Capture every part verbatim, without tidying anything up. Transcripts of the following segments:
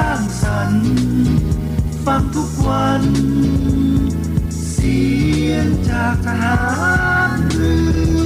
างสรรค์ฟังทุกวันเสียงจากทหารเรือ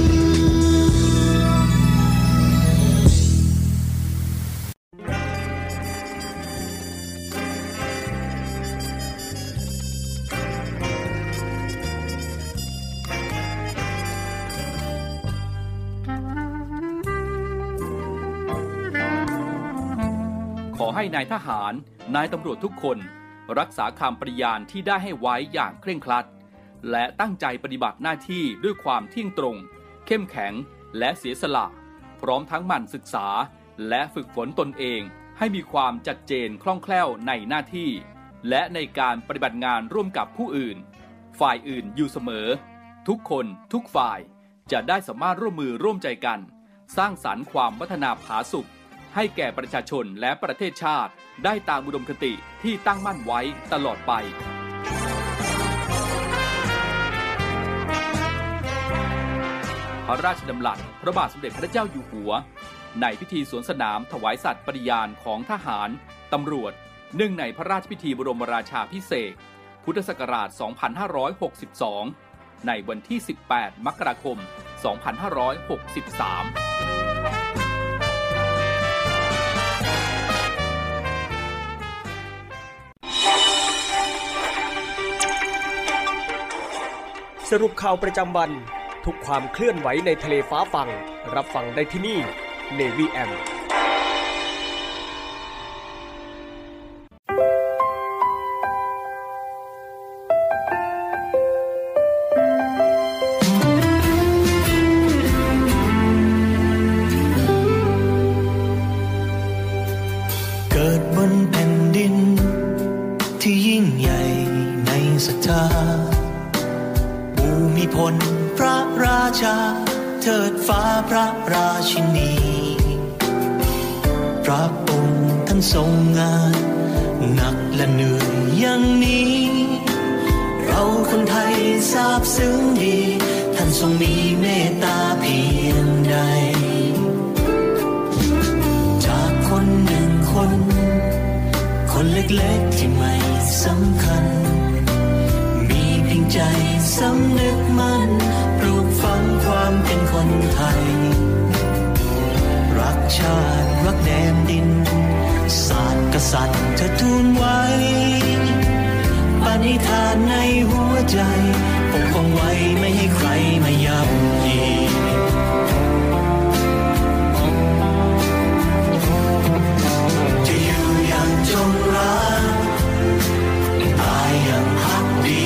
ขอให้นายทหารนายตำรวจทุกคนรักษาคำปฏิญาณที่ได้ให้ไว้อย่างเคร่งครัดและตั้งใจปฏิบัติหน้าที่ด้วยความเที่ยงตรงเข้มแข็งและเสียสละพร้อมทั้งหมั่นศึกษาและฝึกฝนตนเองให้มีความชัดเจนคล่องแคล่วในหน้าที่และในการปฏิบัติงานร่วมกับผู้อื่นฝ่ายอื่นอยู่เสมอทุกคนทุกฝ่ายจะได้สามารถร่วมมือร่วมใจกันสร้างสรรค์ความพัฒนาผาสุกให้แก่ประชาชนและประเทศชาติได้ตามอุดมคติที่ตั้งมั่นไว้ตลอดไปพระราชดำรัสพระบาทสมเด็จพระเจ้าอยู่หัวในพิธีสวนสนามถวายสัตย์ปฏิญาณของทหารตำรวจเนื่องในพระราชพิธีบรมราชาภิเษกพุทธศักราช สองพันห้าร้อยหกสิบสอง ในวันที่ สิบแปด มกราคม สองพันห้าร้อยหกสิบสามสรุปข่าวประจำวันทุกความเคลื่อนไหวในทะเลฟ้าฟังรับฟังได้ที่นี่ Navy เอ เอ็มเกิดบนแผ่นดินที่ยิ่งใหญ่ในศรัทธามีพลพระราชาเทิดฟ้าพระราชินีพระองค์ท่านทรงงานหนักและเหนื่อยอย่างนี้เราคนไทยซาบซึ้งดีท่านทรงมีเมตตาเพียงใดจากคนหนึ่งคนคนเล็กๆที่ไม่สำคัญใจสำนึกมั่นปลูกฝังความเป็นคนไทยรักชาติรักแดนดินศาสตร์กษัตริย์เธอทูลไว้ปณิธานในหัวใจปกป้องไว้ไม่ให้ใครมาย่ำยีจะอยู่อย่างจงรักตายอย่างพักดี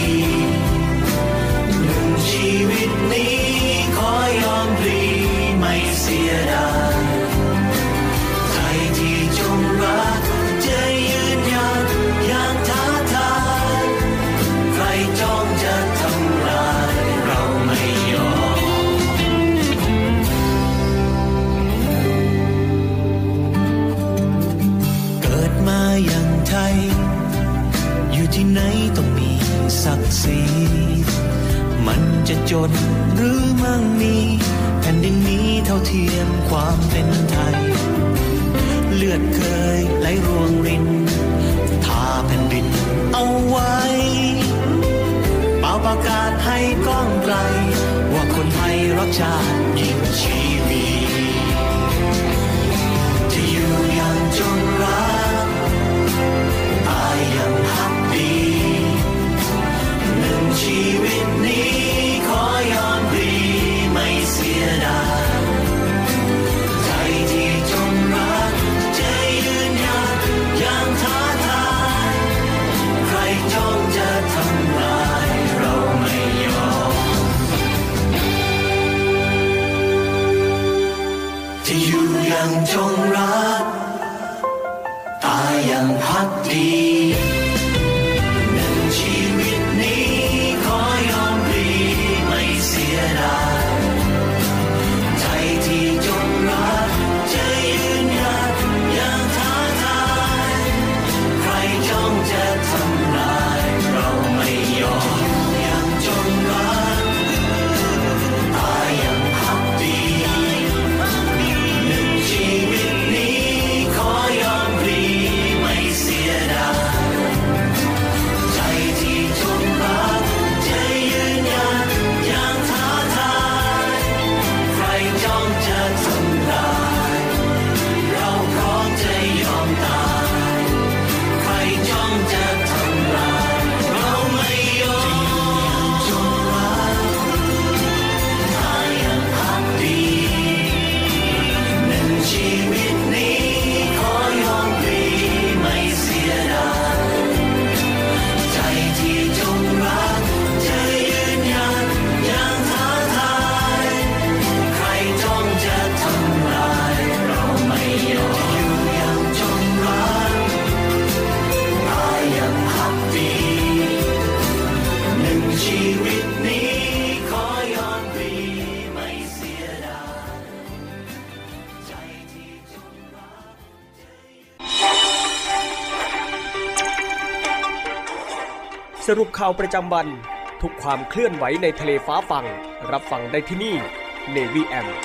ชีวิตนี้ขอยอมพลีไม่เสียดายใจที่จงรักจะยืนหยัดอย่างท้าทายใครจ้องจะทำลายเราไม่ยอมเกิดมาอย่างไทยอยู่ที่ไหนต้องมีศักดิ์ศรีมันจะจนหรือมั่งมีแผ่นดินนี้เท่าเทียมความเป็นไทยเลือดเคยไหลรวงรินทาแผ่นดินเอาไว้เป่าประกาศให้ก้องไกลว่าคนไทยรักชาติยิ่งชีวีจะอยู่อย่างจงรักตายอย่างพักดีหนึ่งชีวิตนี้ขอยอมพลีไม่เสียดายใจที่จงรักจะยืนหยัดอย่างท้าทายใครจ้องจะทำลายเราไม่ยอมสรุปข่าวประจำวันทุกความเคลื่อนไหวในทะเลฟ้าฟังรับฟังได้ที่นี่ Navy เอ เอ็ม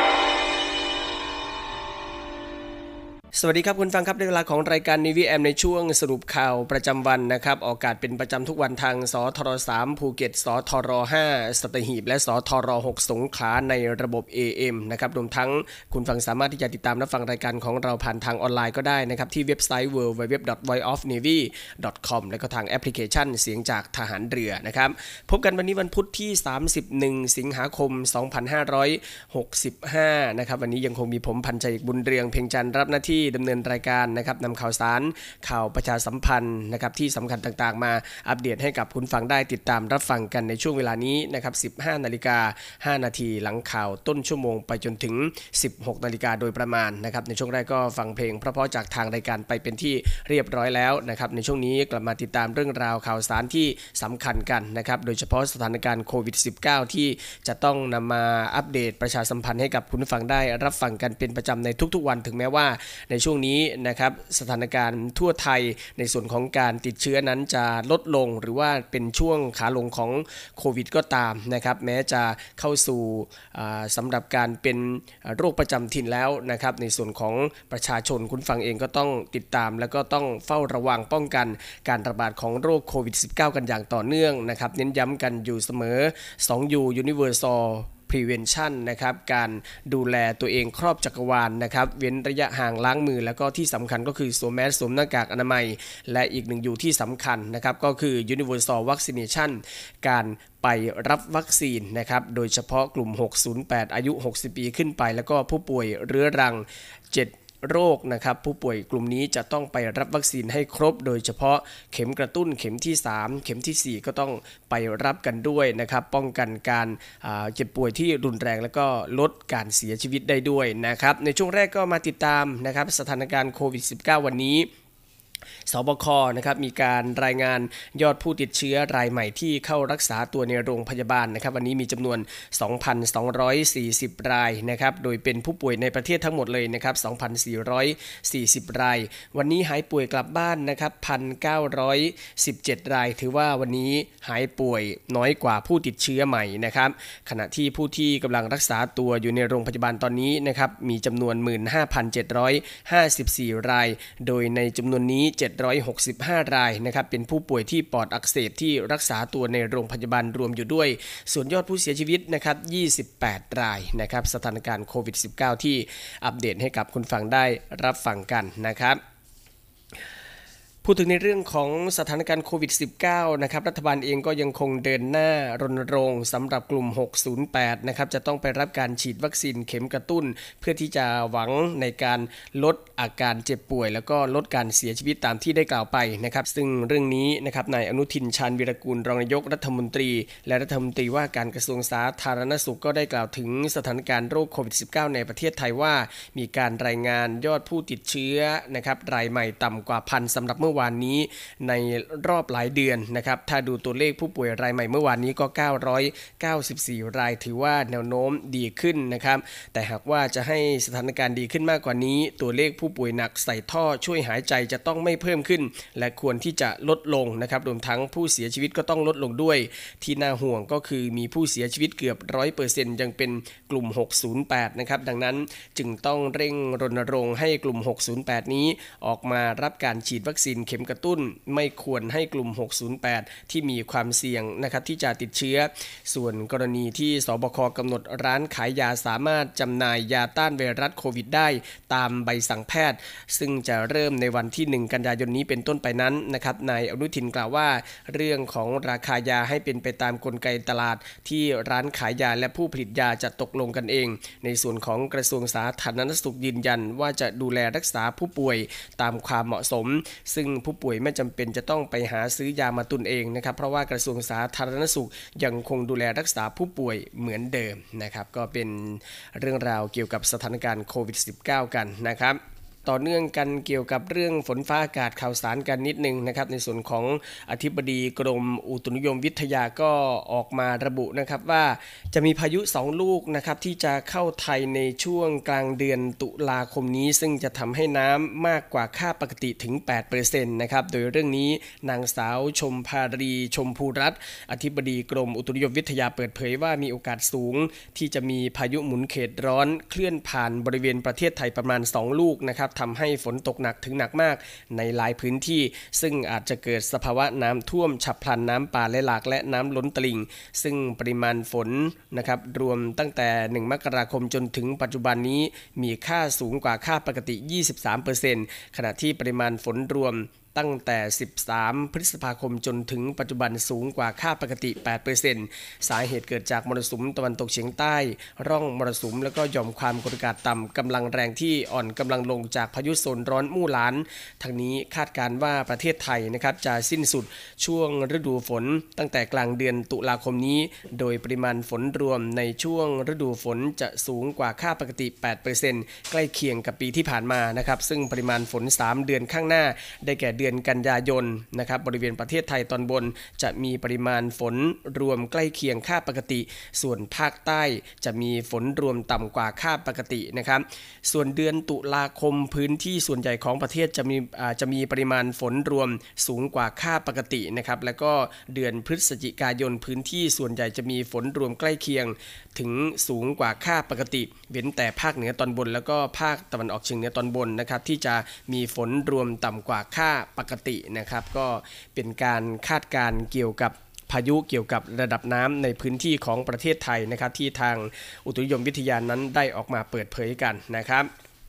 สวัสดีครับคุณฟังครับในเวลาของรายการ Navy เอ เอ็ม ในช่วงสรุปข่าวประจำวันนะครับออกอากาศเป็นประจำทุกวันทางสทรสามภูเก็ตสทรห้าสัตหีบและสทรหกสงขลาในระบบ เอ เอ็ม นะครับรวมทั้งคุณฟังสามารถที่จะติดตามรับฟังรายการของเราผ่านทางออนไลน์ก็ได้นะครับที่เว็บไซต์ ดับเบิลยู ดับเบิลยู ดับเบิลยู ดอท voice of navy ดอท คอม และก็ทางแอปพลิเคชันเสียงจากทหารเรือนะครับพบกันวันนี้วันพุธที่สามสิบเอ็ดสิงหาคมสองพันห้าร้อยหกสิบห้านะครับวันนี้ยังคงมีผมพันชัยบุญเรืองเพ็งจันทร์รับหน้าที่ดำเนินรายการนะครับนำข่าวสารข่าวประชาสัมพันธ์นะครับที่สำคัญต่างๆมาอัปเดตให้กับคุณฟังได้ติดตามรับฟังกันในช่วงเวลานี้นะครับ สิบห้านาฬิกาห้านาทีหลังข่าวต้นชั่วโมงไปจนถึง สิบหกนาฬิกาโดยประมาณนะครับในช่วงแรกก็ฟังเพลงเพราะๆจากทางรายการไปเป็นที่เรียบร้อยแล้วนะครับในช่วงนี้กลับมาติดตามเรื่องราวข่าวสารที่สำคัญกันนะครับโดยเฉพาะสถานการณ์โควิด สิบเก้า ที่จะต้องนำมาอัปเดตประชาสัมพันธ์ให้กับคุณฟังได้รับฟังกันเป็นประจำในทุกๆวันถึงแม้ว่าในช่วงนี้นะครับสถานการณ์ทั่วไทยในส่วนของการติดเชื้อนั้นจะลดลงหรือว่าเป็นช่วงขาลงของโควิดก็ตามนะครับแม้จะเข้าสู่สำหรับการเป็นโรคประจำถิ่นแล้วนะครับในส่วนของประชาชนคุณฟังเองก็ต้องติดตามแล้วก็ต้องเฝ้าระวังป้องกันการระบาดของโรคโควิด สิบเก้า กันอย่างต่อเนื่องนะครับเน้นย้ำกันอยู่เสมอ สอง ยู Universal Prevention นะครับการดูแลตัวเองครอบจักรวาลนะครับเว้นระยะห่างล้างมือแล้วก็ที่สำคัญก็คือสวมแมสสวมหน้ากากอนามัยและอีกหนึ่งอยู่ที่สำคัญนะครับก็คือ Universal Vaccination การไปรับวัคซีนนะครับโดยเฉพาะกลุ่มหกศูนย์แปดอายุหกสิบปีขึ้นไปแล้วก็ผู้ป่วยเรื้อรังเจ็ดโรคนะครับผู้ป่วยกลุ่มนี้จะต้องไปรับวัคซีนให้ครบโดยเฉพาะเข็มกระตุ้นเข็มที่สามเข็มที่สี่ก็ต้องไปรับกันด้วยนะครับป้องกันการเจ็บป่วยที่รุนแรงแล้วก็ลดการเสียชีวิตได้ด้วยนะครับในช่วงแรกก็มาติดตามนะครับสถานการณ์โควิด สิบเก้า วันนี้สบคนะครับมีการรายงานยอดผู้ติดเชื้อรายใหม่ที่เข้ารักษาตัวในโรงพยาบาลนะครับวันนี้มีจำนวน สองพันสองร้อยสี่สิบ รายนะครับโดยเป็นผู้ป่วยในประเทศทั้งหมดเลยนะครับ สองพันสี่ร้อยสี่สิบ รายวันนี้หายป่วยกลับบ้านนะครับ หนึ่งพันเก้าร้อยสิบเจ็ด รายถือว่าวันนี้หายป่วยน้อยกว่าผู้ติดเชื้อใหม่นะครับขณะที่ผู้ที่กำลังรักษาตัวอยู่ในโรงพยาบาลตอนนี้นะครับมีจำนวน หนึ่งหมื่นห้าพันเจ็ดร้อยห้าสิบสี่ รายโดยในจำนวนนี้เจ็ดร้อยหกสิบห้ารายนะครับเป็นผู้ป่วยที่ปอดอักเสบที่รักษาตัวในโรงพยาบาลรวมอยู่ด้วยส่วนยอดผู้เสียชีวิตนะครับยี่สิบแปดรายนะครับสถานการณ์โควิด สิบเก้า ที่อัปเดตให้กับคุณฟังได้รับฟังกันนะครับพูดถึงในเรื่องของสถานการณ์โควิด สิบเก้า นะครับรัฐบาลเองก็ยังคงเดินหน้ารณรงค์สำหรับกลุ่มหกศูนย์แปดนะครับจะต้องไปรับการฉีดวัคซีนเข็มกระตุ้นเพื่อที่จะหวังในการลดอาการเจ็บป่วยแล้วก็ลดการเสียชีวิตตามที่ได้กล่าวไปนะครับซึ่งเรื่องนี้นะครับนายอนุทินชาญวีรกูลรองนายกรัฐมนตรีและรัฐมนตรีว่าการกระทรวงสาธารณสุขก็ได้กล่าวถึงสถานการณ์โรคโควิด สิบเก้า ในประเทศไทยว่ามีการรายงานยอดผู้ติดเชื้อนะครับรายใหม่ต่ำกว่าพันสำหรับเมื่อวานนี้ในรอบหลายเดือนนะครับถ้าดูตัวเลขผู้ป่วยรายใหม่เมื่อวานนี้ก็เก้าร้อยเก้าสิบสี่รายถือว่าแนวโน้มดีขึ้นนะครับแต่หากว่าจะให้สถานการณ์ดีขึ้นมากกว่านี้ตัวเลขผู้ป่วยหนักใส่ท่อช่วยหายใจจะต้องไม่เพิ่มขึ้นและควรที่จะลดลงนะครับรวมทั้งผู้เสียชีวิตก็ต้องลดลงด้วยที่น่าห่วงก็คือมีผู้เสียชีวิตเกือบ ร้อยเปอร์เซ็นต์ ยังเป็นกลุ่มหกศูนย์แปดนะครับดังนั้นจึงต้องเร่งรณรงค์ให้กลุ่มหกศูนย์แปดนี้ออกมารับการฉีดวัคซีนเข็มกระตุ้นไม่ควรให้กลุ่มหกศูนย์แปดที่มีความเสี่ยงนะครับที่จะติดเชื้อส่วนกรณีที่สบคกำหนดร้านขายยาสามารถจำหน่ายยาต้านไวรัสโควิดได้ตามใบสั่งแพทย์ซึ่งจะเริ่มในวันที่หนึ่งกันยายนนี้เป็นต้นไปนั้นนะครับนายอนุทินกล่าวว่าเรื่องของราคายาให้เป็นไปตามกลไกตลาดที่ร้านขายยาและผู้ผลิตยาจะตกลงกันเองในส่วนของกระทรวงสาธารณสุขยืนยันว่าจะดูแลรักษาผู้ป่วยตามความเหมาะสมซึ่งผู้ป่วยไม่จำเป็นจะต้องไปหาซื้อยามาตุนเองนะครับเพราะว่ากระทรวงสาธารณสุขยังคงดูแลรักษาผู้ป่วยเหมือนเดิมนะครับก็เป็นเรื่องราวเกี่ยวกับสถานการณ์โควิด สิบเก้า กันนะครับต่อเนื่องกันเกี่ยวกับเรื่องฝนฟ้าอากาศข่าวสารกันนิดนึงนะครับในส่วนของอธิบดีกรมอุตุนิยมวิทยาก็ออกมาระบุนะครับว่าจะมีพายุสองลูกนะครับที่จะเข้าไทยในช่วงกลางเดือนตุลาคมนี้ซึ่งจะทำให้น้ำมากกว่าค่าปกติถึง แปดเปอร์เซ็นต์ นะครับโดยเรื่องนี้นางสาวชมภารีชมพูรัตน์อธิบดีกรมอุตุนิยมวิทยาเปิดเผยว่ามีโอกาสสูงที่จะมีพายุหมุนเขตร้อนเคลื่อนผ่านบริเวณประเทศไทยประมาณสองลูกนะครับทำให้ฝนตกหนักถึงหนักมากในหลายพื้นที่ซึ่งอาจจะเกิดสภาวะน้ำท่วมฉับพลันน้ำป่าไหลหลากและน้ำล้นตลิ่งซึ่งปริมาณฝนนะครับรวมตั้งแต่หนึ่งมกราคมจนถึงปัจจุบันนี้มีค่าสูงกว่าค่าปกติ ยี่สิบสามเปอร์เซ็นต์ ขณะที่ปริมาณฝนรวมตั้งแต่สิบสามพฤษภาคมจนถึงปัจจุบันสูงกว่าค่าปกติ แปดเปอร์เซ็นต์ สาเหตุเกิดจากมรสุมตะวันตกเฉียงใต้ร่องมรสุมแล้วก็หย่อมความกดอากาศต่ำกำลังแรงที่อ่อนกำลังลงจากพายุโซนร้อนมู่หลานทั้งนี้คาดการณ์ว่าประเทศไทยนะครับจะสิ้นสุดช่วงฤดูฝนตั้งแต่กลางเดือนตุลาคมนี้โดยปริมาณฝนรวมในช่วงฤดูฝนจะสูงกว่าค่าปกติ แปดเปอร์เซ็นต์ ใกล้เคียงกับปีที่ผ่านมานะครับซึ่งปริมาณฝนสามเดือนข้างหน้าได้แก่เดือนกันยายนนะครับบริเวณประเทศไทยตอนบนจะมีปริมาณฝนรวมใกล้เคียงค่าปกติส่วนภาคใต้จะมีฝนรวมต่ำกว่าค่าปกตินะครับส่วนเดือนตุลาคมพื้นที่ส่วนใหญ่ของประเทศจะมีจะมีปริมาณฝนรวมสูงกว่าค่าปกตินะครับแล้วก็เดือนพฤศจิกายนพื้นที่ส่วนใหญ่จะมีฝนรวมใกล้เคียงถึงสูงกว่าค่าปกติเว้นแต่ภาคเหนือตอนบนแล้วก็ภาคตะวันออกเฉียงเหนือตอนบนนะครับที่จะมีฝนรวมต่ำกว่าค่าปกตินะครับก็เป็นการคาดการณ์เกี่ยวกับพายุเกี่ยวกับระดับน้ำในพื้นที่ของประเทศไทยนะครับที่ทางอุตุนิยมวิทยานั้นได้ออกมาเปิดเผยกันนะครับ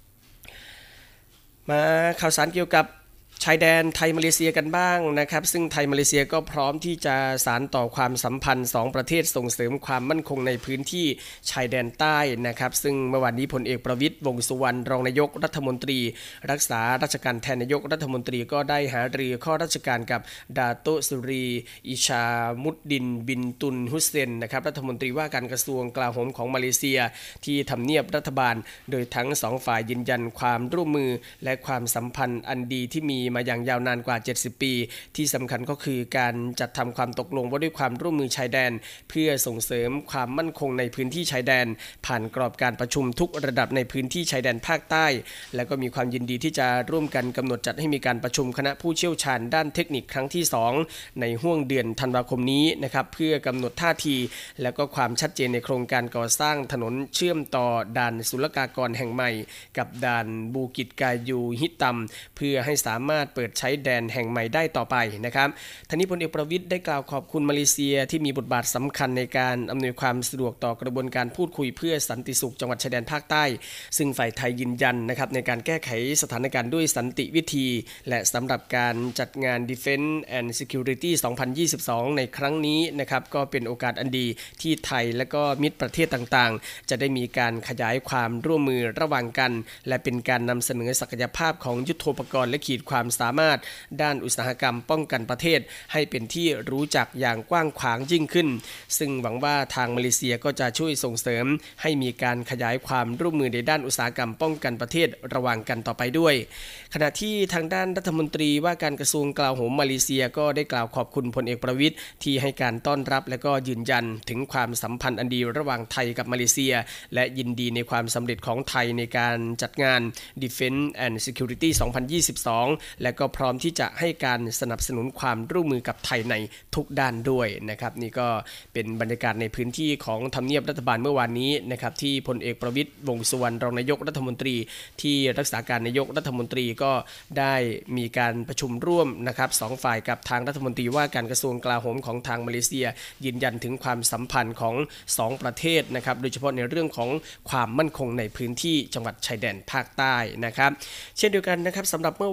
มาข่าวสารเกี่ยวกับชายแดนไทยมาเลเซียกันบ้างนะครับซึ่งไทยมาเลเซียก็พร้อมที่จะสานต่อความสัมพันธ์สองประเทศส่งเสริมความมั่นคงในพื้นที่ชายแดนใต้นะครับซึ่งเมื่อวานนี้พลเอกประวิตรวงษ์สุวรรณรองนายกรัฐมนตรีรักษาราชการแทนนายกรัฐมนตรีก็ได้หารือข้อราชการกับดาโตสุรีอิชามุดดินบินตุนฮุสเซนนะครับรัฐมนตรีว่าการกระทรวงกลาโหมของมาเลเซียที่ทำเนียบรัฐบาลโดยทั้งสองฝ่ายยืนยันความร่วมมือและความสัมพันธ์อันดีที่มีมาอย่างยาวนานกว่าเจ็ดสิบปีที่สำคัญก็คือการจัดทำความตกลงว่าด้วยความร่วมมือชายแดนเพื่อส่งเสริมความมั่นคงในพื้นที่ชายแดนผ่านกรอบการประชุมทุกระดับในพื้นที่ชายแดนภาคใต้และก็มีความยินดีที่จะร่วมกันกำหนดจัดให้มีการประชุมคณะผู้เชี่ยวชาญด้านเทคนิคครั้งที่สองในห้วงเดือนธันวาคมนี้นะครับเพื่อกำหนดท่าทีและก็ความชัดเจนในโครงการก่อสร้างถนนเชื่อมต่อด่านศุลกากรแห่งใหม่กับด่านบูกิจกายูฮิตัมเพื่อให้สามารถเปิดใช้แดนแห่งใหม่ได้ต่อไปนะครับทั้งนี้พลเอกประวิตรได้กล่าวขอบคุณมาเลเซียที่มีบทบาทสำคัญในการอำนวยความสะดวกต่อกระบวนการพูดคุยเพื่อสันติสุขจังหวัดชายแดนภาคใต้ซึ่งฝ่ายไทยยืนยันนะครับในการแก้ไขสถานการณ์ด้วยสันติวิธีและสำหรับการจัดงาน Defense and Security สองพันยี่สิบสองในครั้งนี้นะครับก็เป็นโอกาสอันดีที่ไทยและก็มิตรประเทศต่างๆจะได้มีการขยายความร่วมมือระหว่างกันและเป็นการนำเสนอศักยภาพของยุทโธปกรณ์และขีดความสามารถด้านอุตสาหกรรมป้องกันประเทศให้เป็นที่รู้จักอย่างกว้างขวางยิ่งขึ้นซึ่งหวังว่าทางมาเลเซียก็จะช่วยส่งเสริมให้มีการขยายความร่วมมือในด้านอุตสาหกรรมป้องกันประเทศระหว่างกันต่อไปด้วยขณะที่ทางด้านรัฐมนตรีว่าการกระทรวงกลาโหมมาเลเซียก็ได้กล่าวขอบคุณพลเอกประวิตรที่ให้การต้อนรับและก็ยืนยันถึงความสัมพันธ์อันดีระหว่างไทยกับมาเลเซียและยินดีในความสำเร็จของไทยในการจัดงาน Defense and Security สองพันยี่สิบสองและก็พร้อมที่จะให้การสนับสนุนความร่วมมือกับไทยในทุกด้านด้วยนะครับนี่ก็เป็นบรรยากาศในพื้นที่ของทำเนียบรัฐบาลเมื่อวานนี้นะครับที่พลเอกประวิตรวงษ์สุวรรณรองนายกรัฐมนตรีที่รักษาการนายกรัฐมนตรีก็ได้มีการประชุมร่วมนะครับสองฝ่ายกับทางรัฐมนตรีว่าการกระทรวงกลาโหมของทางมาเลเซียยืนยันถึงความสัมพันธ์ของสองประเทศนะครับโดยเฉพาะในเรื่องของความมั่นคงในพื้นที่จังหวัดชายแดนภาคใต้นะครับเช่นเดียวกันนะครับสำหรับเมื่อวานนี้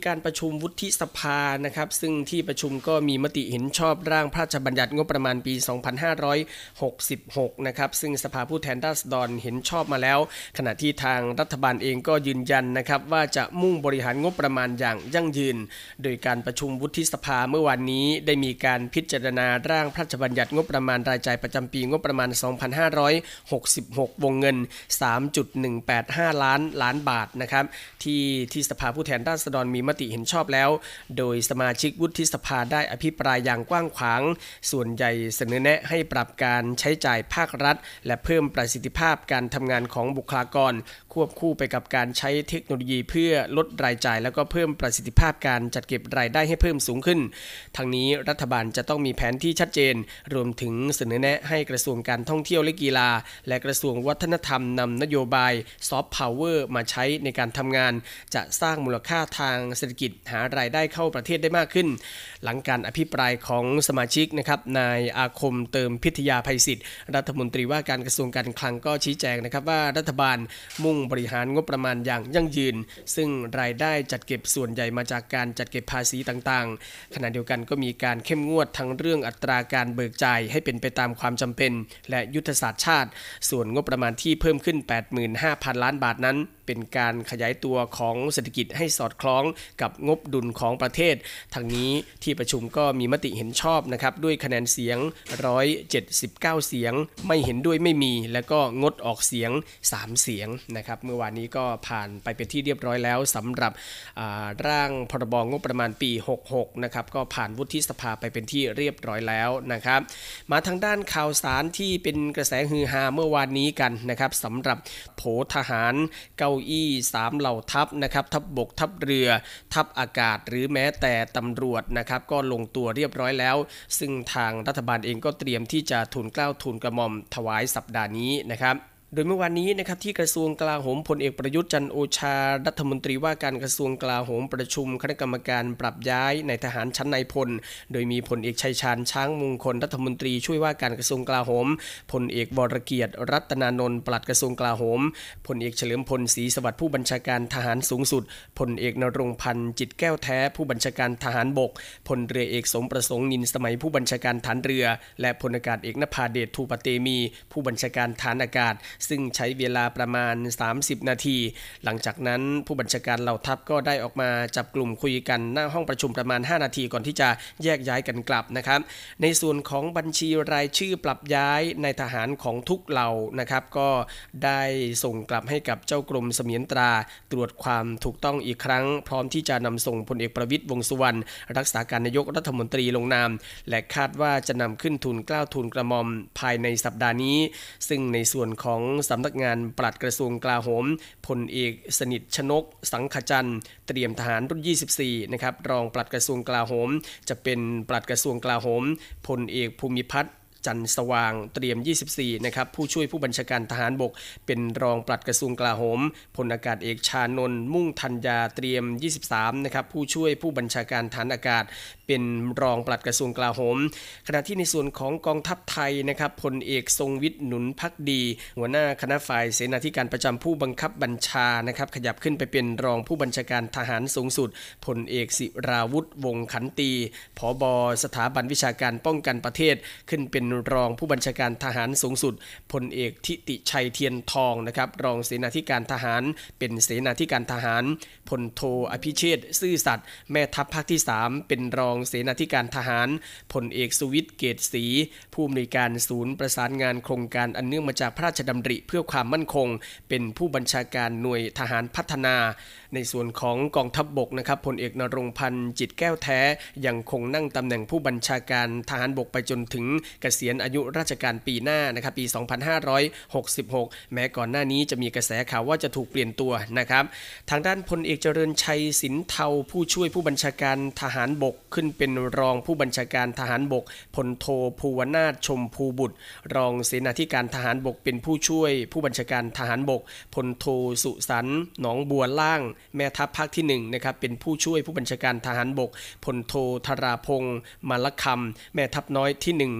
การประชุมวุฒิสภานะครับซึ่งที่ประชุมก็มีมติเห็นชอบร่างพระราชบัญญัติงบประมาณปีสองพันห้าร้อยหกสิบหกนะครับซึ่งสภาผู้แทนราษฎรเห็นชอบมาแล้วขณะที่ทางรัฐบาลเองก็ยืนยันนะครับว่าจะมุ่งบริหารงบประมาณอย่างยั่งยืนโดยการประชุมวุฒิสภาเมื่อวานนี้ได้มีการพิจารณาร่างพระราชบัญญัติงบประมาณรายจ่ายประจำปีงบประมาณสองพันห้าร้อยหกสิบหกวงเงิน สามจุดหนึ่งแปดห้า ล้านล้านบาทนะครับที่ที่สภาผู้แทนราษฎรมีมติเห็นชอบแล้วโดยสมาชิกวุฒิสภาได้อภิปรายอย่างกว้างขวางส่วนใหญ่เสนอแนะให้ปรับการใช้จ่ายภาครัฐและเพิ่มประสิทธิภาพการทำงานของบุคลากรควบคู่ไปกับการใช้เทคโนโลยีเพื่อลดรายจ่ายแล้วก็เพิ่มประสิทธิภาพการจัดเก็บรายได้ให้เพิ่มสูงขึ้นทั้งนี้รัฐบาลจะต้องมีแผนที่ชัดเจนรวมถึงเสนอแนะให้กระทรวงการท่องเที่ยวและกีฬาและกระทรวงวัฒนธรรมนำนโยบายซอฟต์พาวเวอร์มาใช้ในการทำงานจะสร้างมูลค่าทางเศรษฐกิจหารายได้เข้าประเทศได้มากขึ้นหลังการอภิปรายของสมาชิกนะครับนายอาคมเติมพิทยาภัยศิษย์รัฐมนตรีว่าการกระทรวงการคลังก็ชี้แจงนะครับว่ารัฐบาลมุ่งบริหารงบประมาณอย่างยั่งยืนซึ่งรายได้จัดเก็บส่วนใหญ่มาจากการจัดเก็บภาษีต่างๆขณะเดียวกันก็มีการเข้มงวดทั้งเรื่องอัตราการเบิกจ่ายให้เป็นไปตามความจำเป็นและยุทธศาสตร์ชาติส่วนงบประมาณที่เพิ่มขึ้น แปดหมื่นห้าพัน ล้านบาทนั้นเป็นการขยายตัวของเศรษฐกิจให้สอดคล้องกับงบดุลของประเทศทั้งนี้ที่ประชุมก็มีมติเห็นชอบนะครับด้วยคะแนนเสียงหนึ่งร้อยเจ็ดสิบเก้าเสียงไม่เห็นด้วยไม่มีแล้วก็งดออกเสียงสามเสียงนะครับเมื่อวานนี้ก็ผ่านไปเป็นที่เรียบร้อยแล้วสำหรับร่างพรบงบประมาณปีหกสิบหกนะครับก็ผ่านวุฒิสภาไปเป็นที่เรียบร้อยแล้วนะครับมาทางด้านข่าวสารที่เป็นกระแสฮือฮาเมื่อวานนี้กันนะครับสำหรับโผทหารเก้าอี้สามเหล่าทัพนะครับทัพบกทัพเรือทัพอากาศหรือแม้แต่ตำรวจนะครับก็ลงตัวเรียบร้อยแล้วซึ่งทางรัฐบาลเองก็เตรียมที่จะทูลเกล้าทูลกระหม่อมถวายสัปดาห์นี้นะครับโดยเมื่อวานนี้นะครับที่กระทรวงกลาโหมพลเอกประยุทธ์จันทร์โอชารัฐมนตรีว่าการกระทรวงกลาโหมประชุมคณะกรรมการปรับย้ายนายทหารชั้นนายพลโดยมีพลเอกชัยชาญช้างมงคลรัฐมนตรีช่วยว่าการกระทรวงกลาโหมพลเอกวรเกียรติรัตนานนท์ปลัดกระทรวงกลาโหมพลเอกเฉลิมพลศรีสวัสดิ์ผู้บัญชาการทหารสูงสุดพลเอกนรงค์พันธ์จิตแก้วแท้ผู้บัญชาการทหารบกพลเรือเอกสมประสงค์นินสมัยผู้บัญชาการฐานเรือและพลอากาศเอกนภาเดชทูปเตมีผู้บัญชาการฐานอากาศซึ่งใช้เวลาประมาณสามสิบนาทีหลังจากนั้นผู้บัญชาการเหล่าทัพก็ได้ออกมาจับกลุ่มคุยกันหน้าห้องประชุมประมาณห้านาทีก่อนที่จะแยกย้ายกันกลับนะครับในส่วนของบัญชีรายชื่อปรับย้ายนายทหารของทุกเหล่านะครับก็ได้ส่งกลับให้กับเจ้ากรมเสมียนตราตรวจความถูกต้องอีกครั้งพร้อมที่จะนำส่งพลเอกประวิตรวงษ์สุวรรณรักษาการนายกรัฐมนตรีลงนามและคาดว่าจะนำขึ้นทูลเกล้าทูลกระหม่อมภายในสัปดาห์นี้ซึ่งในส่วนของสำนักงานปลัดกระทรวงกลาโหมพลเอกสนิทชนกสังขจันทร์เตรียมทหารรุ่นยี่สิบสี่นะครับรองปลัดกระทรวงกลาโหมจะเป็นปลัดกระทรวงกลาโหมพลเอกภูมิพัฒน์จันทร์สว่างเตรียมยี่สิบสี่นะครับผู้ช่วยผู้บัญชาการทหารบกเป็นรองปลัดกระทรวงกลาโหมพลอากาศเอกชานนท์มุ่งธัญญาเตรียมยี่สิบสามนะครับผู้ช่วยผู้บัญชาการฐานอากาศเป็นรองปลัดกระทรวงกลาโหมขณะที่ในส่วนของกองทัพไทยนะครับพลเอกทรงวิทย์หนุนภักดีหัวหน้าคณะฝ่ายเสนาธิการประจำผู้บังคับบัญชานะครับขยับขึ้นไปเป็นรองผู้บัญชาการทหารสูงสุดพลเอกศิราวุฒิวงศ์ขันตีผบ.สถาบันวิชาการป้องกันประเทศขึ้นเป็นรองผู้บัญชาการทหารสูงสุดพลเอกทิติชัยเทียนทองนะครับรองเสนาธิการทหารเป็นเสนาธิการทหารพลโทอภิเชษฐ์ซื่อสัตย์แม่ทัพภาคที่สามเป็นรองเสนาธิการทหารพลเอกสุวิทย์เกษศรีผู้อำนวยการศูนย์ประสานงานโครงการอันเนื่องมาจากพระราชดำริเพื่อความมั่นคงเป็นผู้บัญชาการหน่วยทหารพัฒนาในส่วนของกองทัพบกนะครับพลเอกนรงค์พันธ์จิตแก้วแท้ยังคงนั่งตำแหน่งผู้บัญชาการทหารบกไปจนถึงเกษียณอายุราชการปีหน้านะครับปีสองพันห้าร้อยหกสิบหกแม้ก่อนหน้านี้จะมีกระแสข่าวว่าจะถูกเปลี่ยนตัวนะครับทางด้านพลเอกเจริญชัยสินเทาผู้ช่วยผู้บัญชาการทหารบกขึ้นเป็นรองผู้บัญชาการทหารบกพลโทภูวนาถชมพูบุตรรองเสนาธิการทหารบกเป็นผู้ช่วยผู้บัญชาการทหารบกพลโทสุสันต์หนองบัวล่างแม่ทัพภาคที่หนึ่งนะครับเป็นผู้ช่วยผู้บัญชาการทหารบกพลโทธราพงษ์มาลคำแม่ทัพน้อยที่หนึ่งเป็น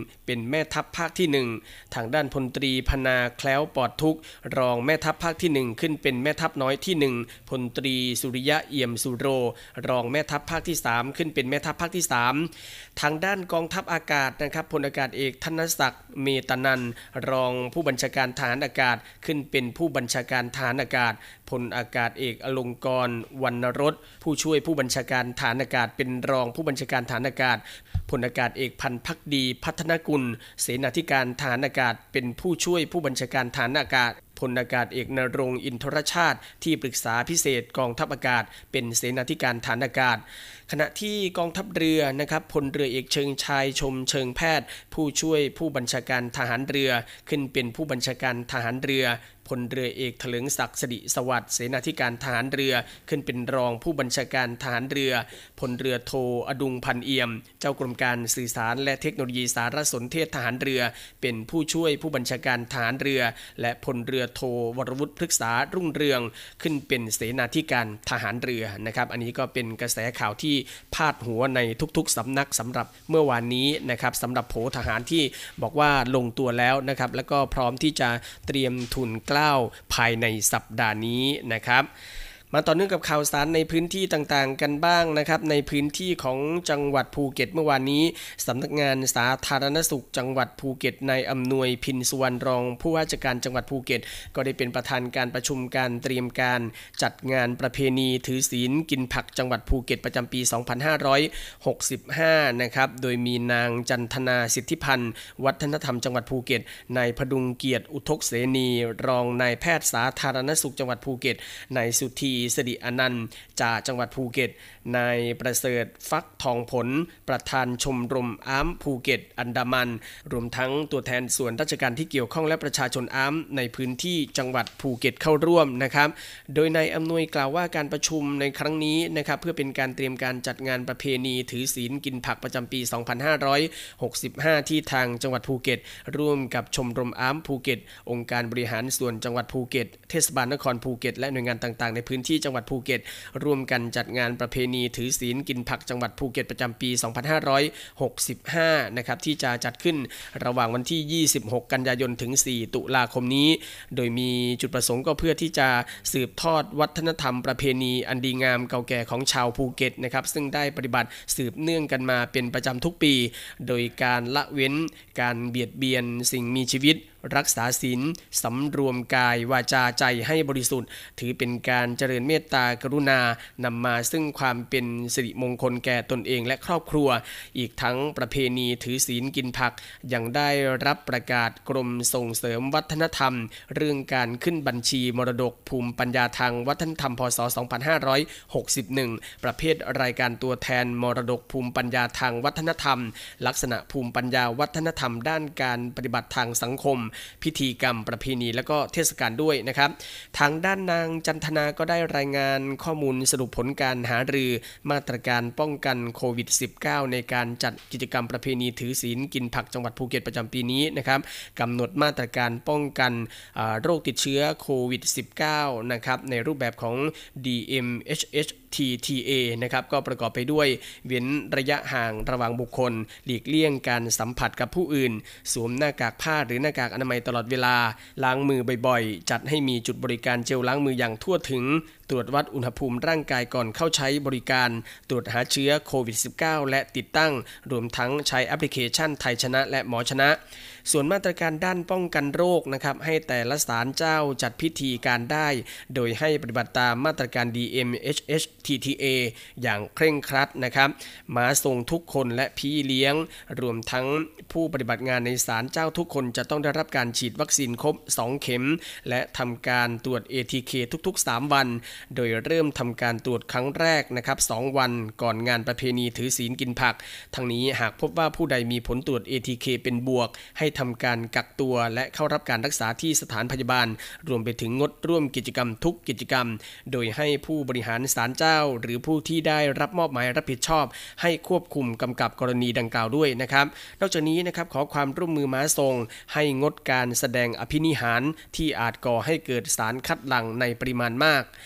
แม่ทัพภาคที่หนึ่งทางด้านพลตรีพนาแคล้วปลอดทุกข์รองแม่ทัพภาคที่หนึ่งขึ้นเป็นแม่ทัพน้อยที่หนึ่งพลตรีสุริยะเอี่ยมสุโรรองแม่ทัพภาคที่สามขึ้นเป็นแม่ทัพภาคที่สามทางด้านกองทัพอากาศนะครับพลอากาศเอกธนศักดิ์เมตนันท์รองผู้บัญชาการทหารอากาศขึ้นเป็นผู้บัญชาการทหารอากาศพลอากาศเอกอลงกรณ์วรรณรสผู้ช่วยผู้บัญชาการฐานอากาศเป็นรองผู้บัญชาการฐานอากาศพลอากาศเอกพันธ์ภักดีพัฒนกุลเสนาธิการฐานอากาศเป็นผู้ช่วยผู้บัญชาการฐานอากาศพลอากาศเอกนรงค์อินทรชาติที่ปรึกษาพิเศษกองทัพอากาศเป็นเสนาธิการฐานอากาศขณะที่กองทัพเรือนะครับพลเรือเอกเชิงชายชมเชิงแพทย์ผู้ช่วยผู้บัญชาการทหารเรือขึ้นเป็นผู้บัญชาการทหารเรือพลเรือเอกเถลิงศักดิ์สิริสวัสดิ์เสนาธิการทหารเรือขึ้นเป็นรองผู้บัญชาการทหารเรือพลเรือโทอดุงพันเอี่ยมเจ้ากรมการสื่อสารและเทคโนโลยีสารสนเทศทหารเรือเป็นผู้ช่วยผู้บัญชาการทหารเรือและพลเรือโทวรวุฒิพฤกษารุ่งเรืองขึ้นเป็นเสนาธิการทหารเรือนะครับอันนี้ก็เป็นกระแสข่าวที่พาดหัวในทุกๆสำนักสำหรับเมื่อวานนี้นะครับสำหรับโผทหารที่บอกว่าลงตัวแล้วนะครับแล้วก็พร้อมที่จะเตรียมทุนเกล้าภายในสัปดาห์นี้นะครับมาต่อเนื่องกับข่าวสารในพื้นที่ต่างๆกันบ้างนะครับในพื้นที่ของจังหวัดภูเก็ตเมื่อวานนี้สำนักงานสาธารณสุขจังหวัดภูเก็ตนายอำนวยพินสุวรรณรองผู้ว่าราชการจังหวัดภูเก็ตก็ได้เป็นประธานการประชุมการเตรียมการจัดงานประเพณีถือศีลกินผักจังหวัดภูเก็ตประจำปี สองพันห้าร้อยหกสิบห้า นะครับโดยมีนางจันทนาสิทธิพันธ์วัฒนธรรมจังหวัดภูเก็ตนายพดุงเกียรติอุทกเสนีรองนายแพทย์สาธารณสุขจังหวัดภูเก็ตนายสุธีสิริอนันต์จากจังหวัดภูเก็ตนายประเสริฐฟักทองผลประธานชมรมอ้ามภูเก็ตอันดามันรวมทั้งตัวแทนส่วนราชการที่เกี่ยวข้องและประชาชนอ้ามในพื้นที่จังหวัดภูเก็ตเข้าร่วมนะครับโดยนายอำนวยกล่าวว่าการประชุมในครั้งนี้นะครับเพื่อเป็นการเตรียมการจัดงานประเพณีถือศีลกินผักประจำปี สองพันห้าร้อยหกสิบห้า ที่ทางจังหวัดภูเก็ตร่วมกับชมรมอ้ามภูเก็ตองค์การบริหารส่วนจังหวัดภูเก็ตเทศบาลนครภูเก็ตและหน่วยงานต่างๆในพื้นที่จังหวัดภูเก็ตร่วมกันจัดงานประเพณีถือศีลกินผักจังหวัดภูเก็ตประจำปี สองพันห้าร้อยหกสิบห้า นะครับที่จะจัดขึ้นระหว่างวันที่ ยี่สิบหก กันยายนถึง สี่ ตุลาคมนี้โดยมีจุดประสงค์ก็เพื่อที่จะสืบทอดวัฒนธรรมประเพณีอันดีงามเก่าแก่ของชาวภูเก็ตนะครับซึ่งได้ปฏิบัติสืบเนื่องกันมาเป็นประจำทุกปีโดยการละเว้นการเบียดเบียนสิ่งมีชีวิตรักษาศีลสำรวมกายวาจาใจให้บริสุทธิ์ถือเป็นการเจริญเมตตากรุณานำมาซึ่งความเป็นสิริมงคลแก่ตนเองและครอบครัวอีกทั้งประเพณีถือศีลกินผักยังได้รับประกาศกรมส่งเสริมวัฒนธรรมเรื่องการขึ้นบัญชีมรดกภูมิปัญญาทางวัฒนธรรมพ.ศ. สองพันห้าร้อยหกสิบเอ็ดประเภทรายการตัวแทนมรดกภูมิปัญญาทางวัฒนธรรมลักษณะภูมิปัญญาวัฒนธรรมด้านการปฏิบัติทางสังคมพิธีกรรมประเพณีและก็เทศกาลด้วยนะครับทางด้านนางจันทนาก็ได้รายงานข้อมูลสรุปผลการหารือมาตรการป้องกันโควิด สิบเก้า ในการจัดกิจกรรมประเพณีถือศีลกินผักจังหวัดภูเก็ตประจำปีนี้นะครับกำหนดมาตรการป้องกันโรคติดเชื้อโควิด สิบเก้า นะครับในรูปแบบของ ดี เอ็ม เอช เอช ที ที เอ นะครับก็ประกอบไปด้วยเว้นระยะห่างระหว่างบุคคลหลีกเลี่ยงการสัมผัสกับผู้อื่นสวมหน้ากากผ้าหรือหน้ากากอนามัยตลอดเวลาล้างมือบ่อยๆจัดให้มีจุดบริการเจลล้างมืออย่างทั่วถึงตรวจวัดอุณหภูมิร่างกายก่อนเข้าใช้บริการตรวจหาเชื้อโควิด สิบเก้า และติดตั้งรวมทั้งใช้แอปพลิเคชันไทยชนะและหมอชนะส่วนมาตรการด้านป้องกันโรคนะครับให้แต่ละศาลเจ้าจัดพิธีการได้โดยให้ปฏิบัติตามมาตรการ ดี เอ็ม เอช เอช ที ที เอ อย่างเคร่งครัดนะครับม้าทรงทุกคนและพี่เลี้ยงรวมทั้งผู้ปฏิบัติงานในศาลเจ้าทุกคนจะต้องได้รับการฉีดวัคซีนครบสองเข็มและทำการตรวจ เอ ที เค ทุกๆสามวันโดยเริ่มทำการตรวจครั้งแรกนะครับสองวันก่อนงานประเพณีถือศีลกินผักทั้งนี้หากพบว่าผู้ใดมีผลตรวจ เอ ที เค เป็นบวกให้ทำการกักตัวและเข้ารับการรักษาที่สถานพยาบาลรวมไปถึงงดร่วมกิจกรรมทุกกิจกรรมโดยให้ผู้บริหารศาลเจ้าหรือผู้ที่ได้รับมอบหมายรับผิดชอบให้ควบคุมกำกับกรณีดังกล่าวด้วยนะครับนอกจากนี้นะครับขอความร่วมมือม้าทรงให้งดการแสดงอภินิหารที่อาจก่อให้เกิดสารคัดหลั่งในปริมาณมาก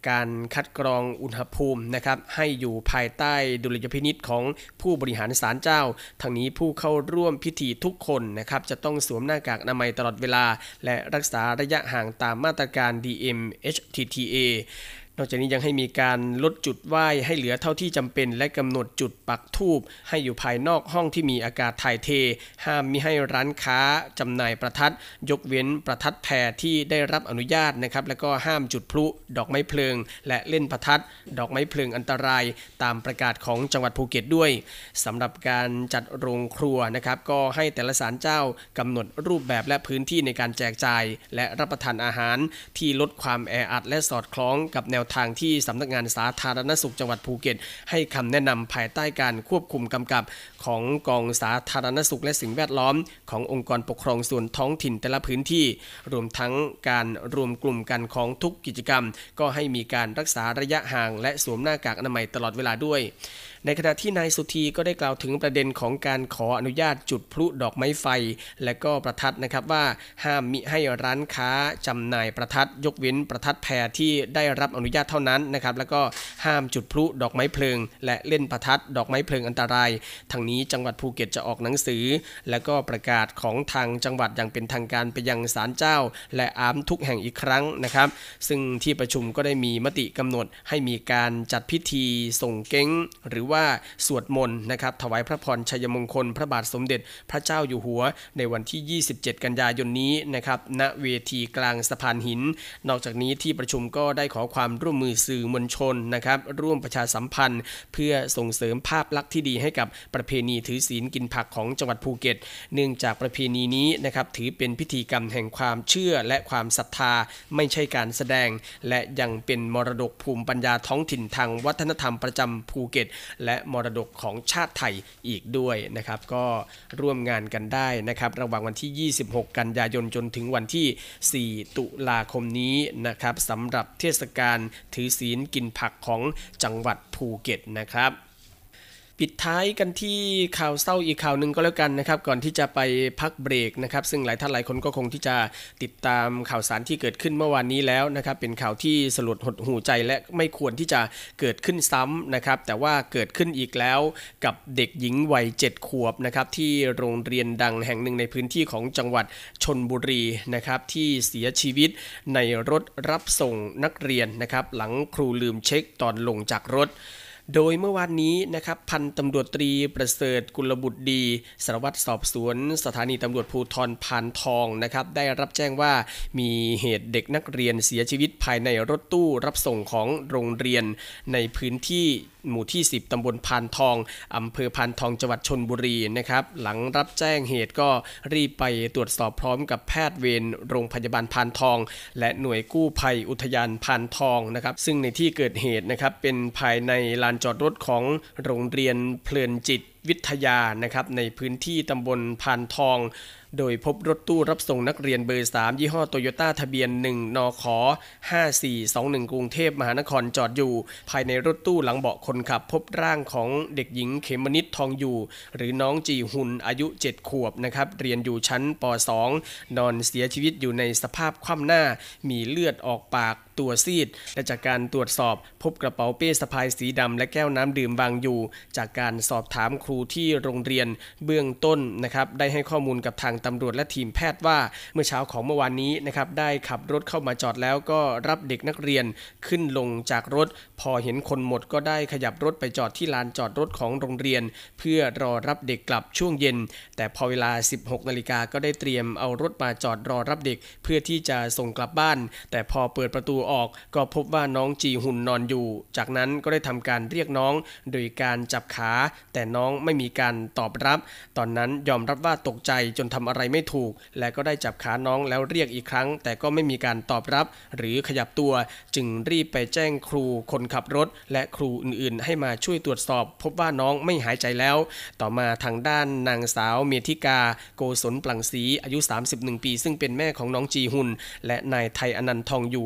การคัดกรองอุณหภูมินะครับให้อยู่ภายใต้ดุลยพินิจของผู้บริหารศาลเจ้าทั้งนี้ผู้เข้าร่วมพิธีทุกคนนะครับจะต้องสวมหน้ากากอนามัยตลอดเวลาและรักษาระยะห่างตามมาตรการ ดี เอ็ม เอช ที ที เอนอกจากนี้ยังให้มีการลดจุดไหว้ให้เหลือเท่าที่จำเป็นและกำหนดจุดปักธูปให้อยู่ภายนอกห้องที่มีอากาศถ่ายเทห้ามมิให้ร้านค้าจำหน่ายประทัดยกเว้นประทัดแผ่ที่ได้รับอนุญาตนะครับแล้วก็ห้ามจุดพลุดอกไม้เพลิงและเล่นประทัดดอกไม้เพลิงอันตรายตามประกาศของจังหวัดภูเก็ตด้วยสำหรับการจัดโรงครัวนะครับก็ให้แต่ละศาลเจ้ากำหนดรูปแบบและพื้นที่ในการแจกจ่ายและรับประทานอาหารที่ลดความแออัดและสอดคล้องกับแนวทางที่สำนักงานสาธารณสุขจังหวัดภูเก็ตให้คำแนะนำภายใต้การควบคุมกำกับของกองสาธารณสุขและสิ่งแวดล้อมขององค์กรปกครองส่วนท้องถิ่นแต่ละพื้นที่รวมทั้งการรวมกลุ่มกันของทุกกิจกรรมก็ให้มีการรักษาระยะห่างและสวมหน้ากากอนามัยตลอดเวลาด้วยในขณะที่นายสุธีก็ได้กล่าวถึงประเด็นของการขออนุญาตจุดพลุดอกไม้ไฟและก็ประทัดนะครับว่าห้ามมิให้ร้านค้าจำหน่ายประทัดยกเว้นประทัดแผ่ที่ได้รับอนุญาตเท่านั้นนะครับแล้วก็ห้ามจุดพลุดอกไม้เพลิงและเล่นประทัดดอกไม้เพลิงอันตรายทั้งนี้จังหวัดภูเก็ตจะออกหนังสือและก็ประกาศของทางจังหวัดอย่างเป็นทางการไปยังศาลเจ้าและอามทุกแห่งอีกครั้งนะครับซึ่งที่ประชุมก็ได้มีมติกำหนดให้มีการจัดพิธีส่งเก๊งหรือว่าสวดมนต์นะครับถวายพระพรชัยมงคลพระบาทสมเด็จพระเจ้าอยู่หัวในวันที่ยี่สิบเจ็ดกันยายนนี้นะครับณเวทีกลางสะพานหินนอกจากนี้ที่ประชุมก็ได้ขอความร่วมมือสื่อมวลชนนะครับร่วมประชาสัมพันธ์เพื่อส่งเสริมภาพลักษณ์ที่ดีให้กับประเพณีถือศีลกินผักของจังหวัดภูเก็ตเนื่องจากประเพณีนี้นะครับถือเป็นพิธีกรรมแห่งความเชื่อและความศรัทธาไม่ใช่การแสดงและยังเป็นมรดกภูมิปัญญาท้องถิ่นทางวัฒนธรรมประจำภูเก็ตและมรดกของชาติไทยอีกด้วยนะครับก็ร่วมงานกันได้นะครับระหว่างวันที่ยี่สิบหกกันยายนจนถึงวันที่สี่ตุลาคมนี้นะครับสำหรับเทศกาลถือศีลกินผักของจังหวัดภูเก็ตนะครับปิดท้ายกันที่ข่าวเศร้าอีกข่าวหนึ่งก็แล้วกันนะครับก่อนที่จะไปพักเบรกนะครับซึ่งหลายท่านหลายคนก็คงที่จะติดตามข่าวสารที่เกิดขึ้นเมื่อวานนี้แล้วนะครับเป็นข่าวที่สลดหดหู่ใจและไม่ควรที่จะเกิดขึ้นซ้ำนะครับแต่ว่าเกิดขึ้นอีกแล้วกับเด็กหญิงวัยเจ็ดขวบนะครับที่โรงเรียนดังแห่งหนึ่งในพื้นที่ของจังหวัดชลบุรีนะครับที่เสียชีวิตในรถรับส่งนักเรียนนะครับหลังครูลืมเช็คตอนลงจากรถโดยเมื่อวานนี้นะครับพันตำรวจตรีประเสริฐกุลบุตรดีสารวัตรสอบสวนสถานีตำรวจภูธรพานทองนะครับได้รับแจ้งว่ามีเหตุเด็กนักเรียนเสียชีวิตภายในรถตู้รับส่งของโรงเรียนในพื้นที่หมู่ที่สิบตำบลพานทองอำเภอพานทองจังหวัดชลบุรีนะครับหลังรับแจ้งเหตุก็รีบไปตรวจสอบพร้อมกับแพทย์เวรโรงพยาบาลพานทองและหน่วยกู้ภัยอุทยานพานทองนะครับซึ่งในที่เกิดเหตุนะครับเป็นภายในลานจอดรถของโรงเรียนเพลินจิตวิทยานะครับในพื้นที่ตำบลพานทองโดยพบรถตู้รับส่งนักเรียนเบอร์สามยี่ห้อโตโยต้าทะเบียนหนึ่งนขห้าสี่สองหนึ่งกรุงเทพมหานครจอดอยู่ภายในรถตู้หลังเบาะคนขับพบร่างของเด็กหญิงเขมนิดทองอยู่หรือน้องจีฮุนอายุเจ็ดขวบนะครับเรียนอยู่ชั้นป สองนอนเสียชีวิตอยู่ในสภาพคว่ำหน้ามีเลือดออกปากตัวซีดและจากการตรวจสอบพบกระเป๋าเป้สะพายสีดำและแก้วน้ำดื่มวางอยู่จากการสอบถามครูที่โรงเรียนเบื้องต้นนะครับได้ให้ข้อมูลกับทางตำรวจและทีมแพทย์ว่าเมื่อเช้าของเมื่อวานนี้นะครับได้ขับรถเข้ามาจอดแล้วก็รับเด็กนักเรียนขึ้นลงจากรถพอเห็นคนหมดก็ได้ขยับรถไปจอดที่ลานจอดรถของโรงเรียนเพื่อรอรับเด็กกลับช่วงเย็นแต่พอเวลา สิบหกนาฬิกาก็ได้เตรียมเอารถมาจอดรอรับเด็กเพื่อที่จะส่งกลับบ้านแต่พอเปิดประตูออกก็พบว่าน้องจีฮุนนอนอยู่จากนั้นก็ได้ทำการเรียกน้องโดยการจับขาแต่น้องไม่มีการตอบรับตอนนั้นยอมรับว่าตกใจจนทำอะไรไม่ถูกและก็ได้จับขาน้องแล้วเรียกอีกครั้งแต่ก็ไม่มีการตอบรับหรือขยับตัวจึงรีบไปแจ้งครูคนขับรถและครูอื่นๆให้มาช่วยตรวจสอบพบว่าน้องไม่หายใจแล้วต่อมาทางด้านนางสาวเมธิกาโกศลปลังศรีอายุสามสิบเอ็ดปีซึ่งเป็นแม่ของน้องจีฮุนและนายไทยอนันต์ทองอยู่อายุยี่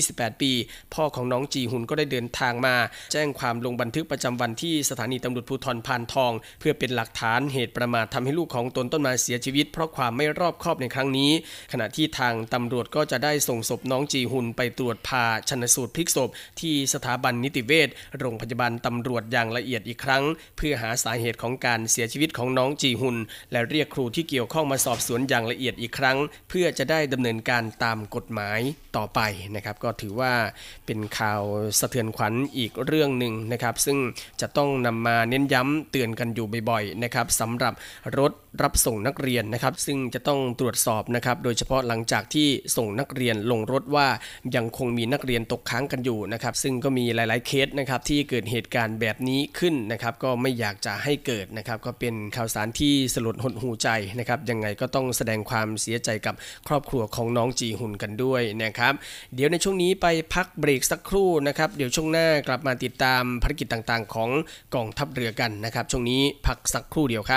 ยี่สิบแปดปีพ่อของน้องจีฮุนก็ได้เดินทางมาแจ้งความลงบันทึกประจำวันที่สถานีตำรวจภูธรพานทองเพื่อเป็นหลักฐานเหตุประมาททำให้ลูกของตนต้นมาเสียชีวิตเพราะความไม่รอบคอบในครั้งนี้ขณะที่ทางตำรวจก็จะได้ส่งศพน้องจีฮุนไปตรวจผ่าชันสูตรพลิกศพที่สถาบันนิติเวชโรงพยาบาลตำรวจอย่างละเอียดอีกครั้งเพื่อหาสาเหตุของการเสียชีวิตของน้องจีฮุนและเรียกครูที่เกี่ยวข้องมาสอบสวนอย่างละเอียดอีกครั้งเพื่อจะได้ดำเนินการตามกฎหมายต่อไปนะครับก็ถือว่าเป็นข่าวสะเทือนขวัญอีกเรื่องหนึ่งนะครับซึ่งจะต้องนำมาเน้นย้ำเตือนกันอยู่บ่อยๆนะครับสำหรับรถรับส่งนักเรียนนะครับซึ่งจะต้องตรวจสอบนะครับโดยเฉพาะหลังจากที่ส่งนักเรียนลงรถว่ายังคงมีนักเรียนตกค้างกันอยู่นะครับซึ่งก็มีหลายๆเคสนะครับที่เกิดเหตุการณ์แบบนี้ขึ้นนะครับก็ไม่อยากจะให้เกิดนะครับก็เป็นข่าวสารที่สลดหดหู่ใจนะครับยังไงก็ต้องแสดงความเสียใจกับครอบครัวของน้องจีฮุนกันด้วยนะครับเดี๋ยวในช่วงนี้ไปพักเบรกสักครู่นะครับเดี๋ยวช่วงหน้ากลับมาติดตามภารกิจต่างๆของกองทัพเรือกันนะครับช่วงนี้พักสักครู่เดียวครับ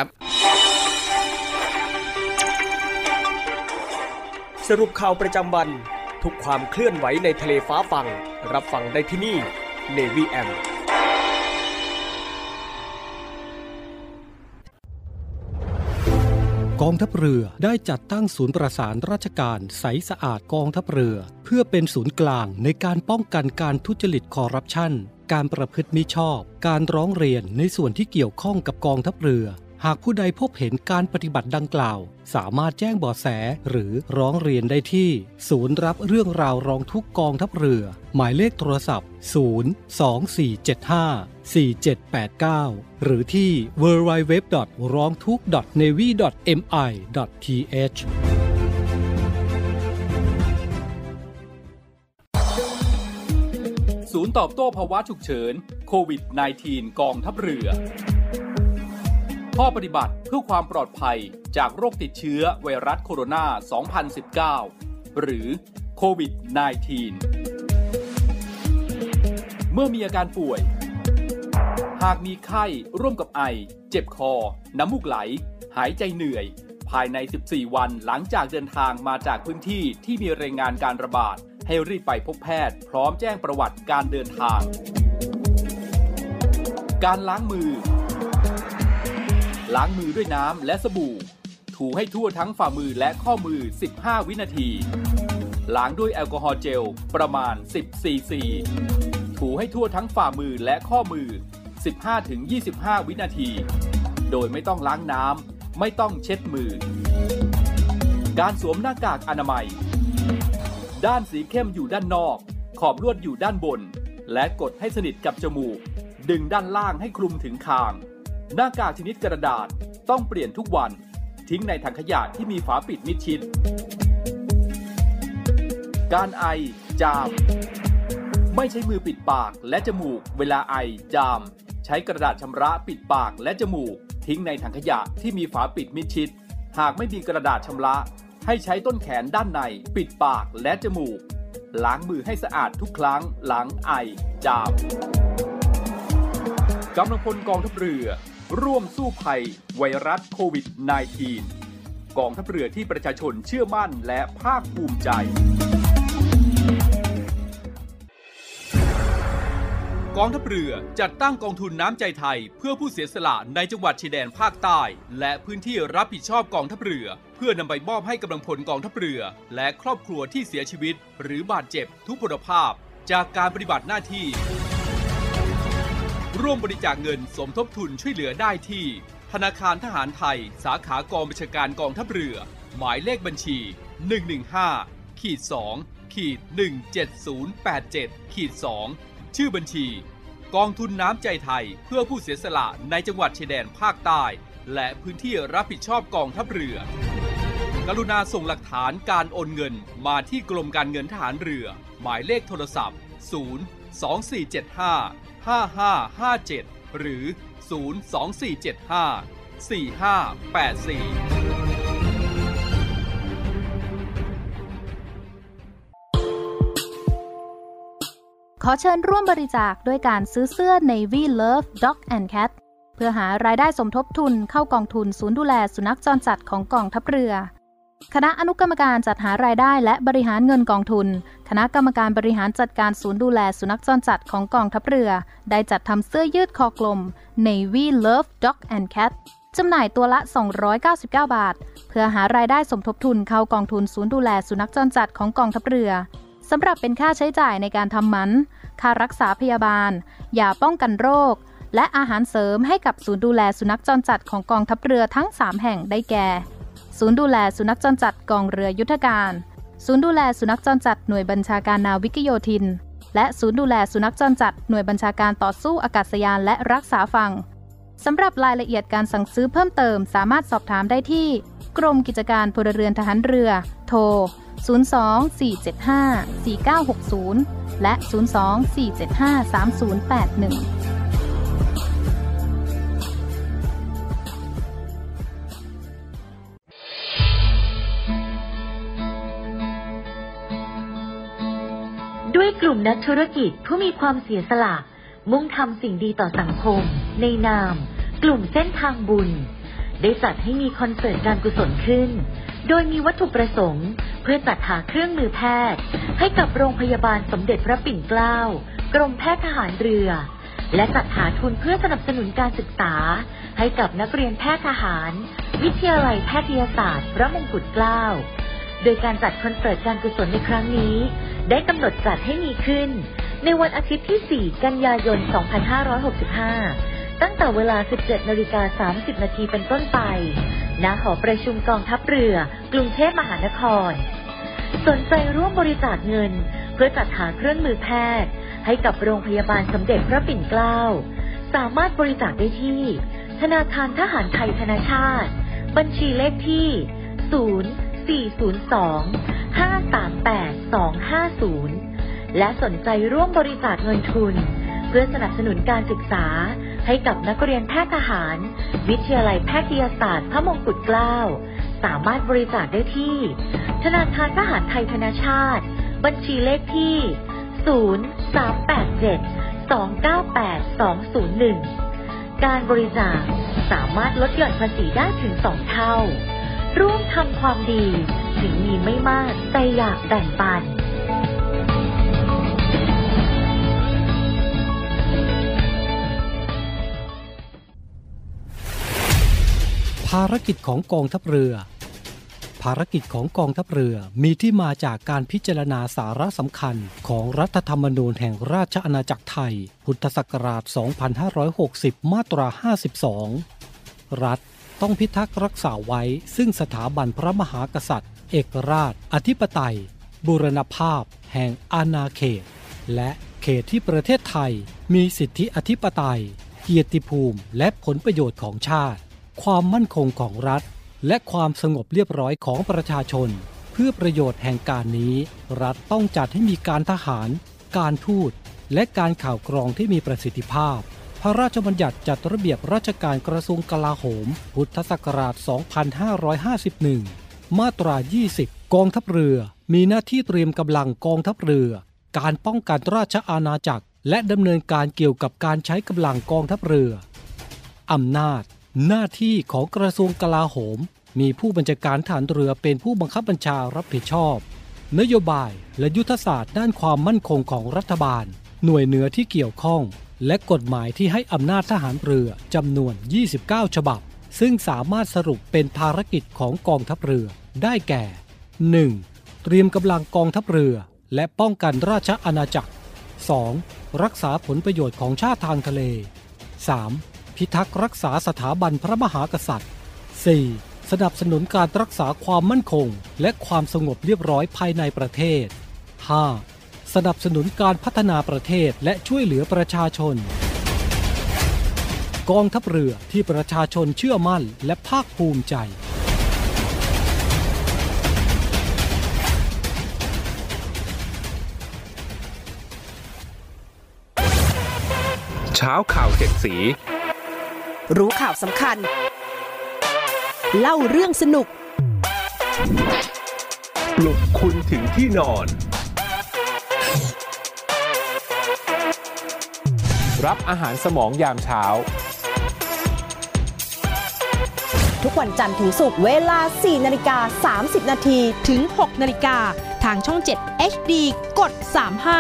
สรุปข่าวประจำวันทุกความเคลื่อนไหวในทะเลฟ้าฟังรับฟังได้ที่นี่ Navy เอ เอ็มกองทัพเรือได้จัดตั้งศูนย์ประสานราชการใสสะอาดกองทัพเรือเพื่อเป็นศูนย์กลางในการป้องกันการทุจริตคอร์รัปชันการประพฤติมิชอบการร้องเรียนในส่วนที่เกี่ยวข้องกับกองทัพเรือหากผู้ใดพบเห็นการปฏิบัติดังกล่าวสามารถแจ้งเบาะแสหรือร้องเรียนได้ที่ศูนย์รับเรื่องราวร้องทุกข์กองทัพเรือหมายเลขโทรศัพท์ศูนย์ สอง สี่ เจ็ด ห้า สี่ เจ็ด แปด เก้าหรือที่ ดับเบิลยู ดับเบิลยู ดับเบิลยู ดอท ร้องทุกข์ ดอท เนวี ดอท เอ็ม ไอ ดอท ที เอชศูนย์ตอบโต้ภาวะฉุกเฉินโควิด สิบเก้า กองทัพเรือข้อปฏิบัติเพื่อความปลอดภัยจากโรคติดเชื้อไวรัสโคโรนา สองพันสิบเก้า หรือโควิด สิบเก้า เมื่อมีอาการป่วยหากมีไข้ร่วมกับไอเจ็บคอน้ำมูกไหลหายใจเหนื่อยภายในสิบสี่วันหลังจากเดินทางมาจากพื้นที่ที่มีรายงานการระบาดให้รีบไปพบแพทย์พร้อมแจ้งประวัติการเดินทางการล้างมือล้างมือด้วยน้ำและสบู่ถูให้ทั่วทั้งฝ่ามือและข้อมือสิบห้าวินาทีล้างด้วยแอลกอฮอล์เจลประมาณสิบซีซีถูให้ทั่วทั้งฝ่ามือและข้อมือ สิบห้าถึงยี่สิบห้า วินาทีโดยไม่ต้องล้างน้ำไม่ต้องเช็ดมือการสวมหน้ากากอนามัยด้านสีเข้มอยู่ด้านนอกขอบลวดอยู่ด้านบนและกดให้สนิทกับจมูกดึงด้านล่างให้คลุมถึงคางหน้ากากชนิดกระดาษต้องเปลี่ยนทุกวันทิ้งในถังขยะที่มีฝาปิดมิดชิดการไอจามไม่ใช้มือปิดปากและจมูกเวลาไอจามใช้กระดาษชำระปิดปากและจมูกทิ้งในถังขยะที่มีฝาปิดมิดชิดหากไม่มีกระดาษชำระให้ใช้ต้นแขนด้านในปิดปากและจมูกล้างมือให้สะอาดทุกครั้งหลังไอจามกำลังพลกองทัพเรือร่วมสู้ภัยไวรัสโควิด สิบเก้า กองทัพเรือที่ประชาชนเชื่อมั่นและภาคภูมิใจกองทัพเรือจัดตั้งกองทุนน้ำใจไทยเพื่อผู้เสียสละในจังหวัดชายแดนภาคใต้และพื้นที่รับผิดชอบกองทัพเรือเพื่อนำไปมอบให้กำลังพลกองทัพเรือและครอบครัวที่เสียชีวิตหรือบาดเจ็บทุพพลภาพจากการปฏิบัติหน้าที่ร่วมบริจาคเงินสมทบทุนช่วยเหลือได้ที่ธนาคารทหารไทยสาขากองบัญชาการกองทัพเรือหมายเลขบัญชี หนึ่ง หนึ่ง ห้า สอง หนึ่ง เจ็ด ศูนย์ แปด เจ็ด สอง ชื่อบัญชีกองทุนน้ำใจไทยเพื่อผู้เสียสละในจังหวัดชายแดนภาคใต้และพื้นที่รับผิดชอบกองทัพเรือกรุณาส่งหลักฐานการโอนเงินมาที่กรมการเงินทหารเรือหมายเลขโทรศัพท์ ศูนย์ สอง สี่ เจ็ด ห้า ห้า ห้า ห้า เจ็ด หรือ ศูนย์ สอง สี่ เจ็ด ห้า สี่ ห้า แปด สี่ขอเชิญร่วมบริจาคด้วยการซื้อเสื้อ Navy Love Dog and Cat เพื่อหารายได้สมทบทุนเข้ากองทุนศูนย์ดูแลสุนัขจรจัดของกองทัพเรือคณะอนุกรรมการจัดหารายได้และบริหารเงินกองทุนคณะกรรมการบริหารจัดการศูนย์ดูแลสุนัขจรจัดของกองทัพเรือได้จัดทำเสื้อยืดคอกลม Navy Love Dog and Cat จำหน่ายตัวละสองร้อยเก้าสิบเก้าบาทเพื่อหารายได้สมทบทุนเข้ากองทุนศูนย์ดูแลสุนัขจรจัดของกองทัพเรือสำหรับเป็นค่าใช้จ่ายในการทำหมันค่ารักษาพยาบาลยาป้องกันโรคและอาหารเสริมให้กับศูนย์ดูแลสุนัขจรจัดของกองทัพเรือทั้งสามแห่งได้แก่ศูนย์ดูแลสุนัขจรจัดกองเรือยุทธการศูนย์ดูแลสุนัขจรจัดหน่วยบัญชาการนาวิกโยธินและศูนย์ดูแลสุนัขจรจัดหน่วยบัญชาการต่อสู้อากาศยานและรักษาฝั่งสำหรับรายละเอียดการสั่งซื้อเพิ่มเติมสามารถสอบถามได้ที่กรมกิจการพลเรือนทหารเรือโทรศูนย์ สอง สี่ เจ็ด ห้า สี่ เก้า หก ศูนย์และศูนย์ สอง สี่ เจ็ด ห้า สาม ศูนย์ แปด หนึ่งด้วยกลุ่มนักธุรกิจผู้มีความเสียสละมุ่งทำสิ่งดีต่อสังคมในนามกลุ่มเส้นทางบุญได้จัดให้มีคอนเสิร์ตการกุศลขึ้นโดยมีวัตถุประสงค์เพื่อจัดหาเครื่องมือแพทย์ให้กับโรงพยาบาลสมเด็จพระปิ่นเกล้ากรมแพทย์ทหารเรือและจัดหาทุนเพื่อสนับสนุนการศึกษาให้กับนักเรียนแพทย์ทหารวิทยาลัยแพทยศาสตร์พระมงกุฎเกล้าโดยการจัดคอนเสิร์ตการกุศลในครั้งนี้ได้กำหนดจัดให้มีขึ้นในวันอาทิตย์ที่สี่กันยายนสองพันห้าร้อยหกสิบห้าตั้งแต่เวลา สิบเจ็ดนาฬิกาสามสิบนาทีเป็นต้นไปณหอประชุมกองทัพเรือกรุงเทพมหานครสนใจร่วมบริจาคเงินเพื่อจัดหาเครื่องมือแพทย์ให้กับโรงพยาบาลสมเด็จพระปิ่นเกล้าสามารถบริจาคได้ที่ธนาคารทหารไทยธนชาติบัญชีเลขที่ศูนย์ สี่ ศูนย์ สอง ห้า สาม แปด สอง ห้า ศูนย์และสนใจร่วมบริจาคเงินทุนเพื่อสนับสนุนการศึกษาให้กับนักเรียนแพทย์ทหารวิทยาลัยแพทยศาสตร์พระมงกุฎเกล้าสามารถบริจาคได้ที่ธนาคารทหารไทยธนชาติบัญชีเลขที่ศูนย์ สาม แปด เจ็ด สอง เก้า แปด สอง ศูนย์ หนึ่งการบริจาคสามารถลดหย่อนภาษีได้ถึงสองเท่าร่วมทำความดีถึงมีไม่มากแต่อยากแบ่งปันภารกิจของกองทัพเรือภารกิจของกองทัพเรือมีที่มาจากการพิจารณาสาระสำคัญของรัฐธรรมนูญแห่งราชอาณาจักรไทยพุทธศักราช สองพันห้าร้อยหกสิบ มาตรา ห้าสิบสอง รัฐต้องพิทักษ์รักษาไว้ซึ่งสถาบันพระมหากษัตริย์เอกราชอธิปไตยบูรณภาพแห่งอาณาเขตและเขตที่ประเทศไทยมีสิทธิอธิปไตยเกียรติภูมิและผลประโยชน์ของชาติความมั่นคงของรัฐและความสงบเรียบร้อยของประชาชนเพื่อประโยชน์แห่งการนี้รัฐต้องจัดให้มีการทหารการทูตและการข่าวกรองที่มีประสิทธิภาพพระราชบัญญัติจัดระเบียบราชการกระทรวงกลาโหมพุทธศักราช สองพันห้าร้อยห้าสิบเอ็ด มาตรา ยี่สิบ กองทัพเรือมีหน้าที่เตรียมกำลังกองทัพเรือการป้องกันราชอาณาจักรและดำเนินการเกี่ยวกับการใช้กำลังกองทัพเรืออำนาจหน้าที่ของกระทรวงกลาโหมมีผู้บัญชาการทหารเรือเป็นผู้บังคับบัญชารับผิดชอบนโยบายและยุทธศาสตร์ด้านความมั่นคงของรัฐบาลหน่วยเหนือที่เกี่ยวข้องและกฎหมายที่ให้อำนาจทหารเรือจำนวนยี่สิบเก้าฉบับซึ่งสามารถสรุปเป็นภารกิจของกองทัพเรือได้แก่ หนึ่ง เตรียมกำลังกองทัพเรือและป้องกันราชอาณาจักร สอง รักษาผลประโยชน์ของชาติทางทะเล สาม พิทักษ์รักษาสถาบันพระมหากษัตริย์ สี่ สนับสนุนการรักษาความมั่นคงและความสงบเรียบร้อยภายในประเทศ ห้าสนับสนุนการพัฒนาประเทศและช่วยเหลือประชาชนกองทัพเรือที่ประชาชนเชื่อมั่นและภาคภูมิใจเช้าข่าวเจ็ดสีรู้ข่าวสำคัญเล่าเรื่องสนุกปลุกคุณถึงที่นอนรับอาหารสมองยามเช้าทุกวันจันทร์ถึงศุกร์เวลา สี่นาฬิกาสามสิบนาทีถึง หกนาฬิกาทางช่อง เจ็ด เอช ดี กด สามสิบห้า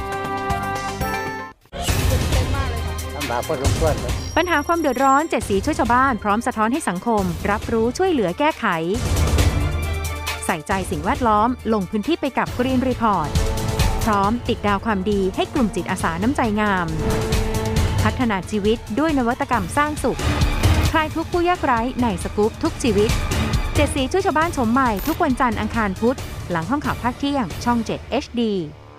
ปัญหาความเดือดร้อนเจ็ดสีช่วยชาวบ้านพร้อมสะท้อนให้สังคมรับรู้ช่วยเหลือแก้ไขใส่ใจสิ่งแวดล้อมลงพื้นที่ไปกับ Green Report พร้อมติดดาวความดีให้กลุ่มจิตอาสาน้ำใจงามพัฒนาชีวิตด้วยนวัตกรรมสร้างสุขคลายทุกข์ผู้ยากไร้ในสกู๊ปทุกชีวิตเจ็ดสีช่วยชาวบ้านชมใหม่ทุกวันจันทร์อังคารพุธหลังห้องข่าวภาคเที่ยงช่อง เจ็ด เอช ดี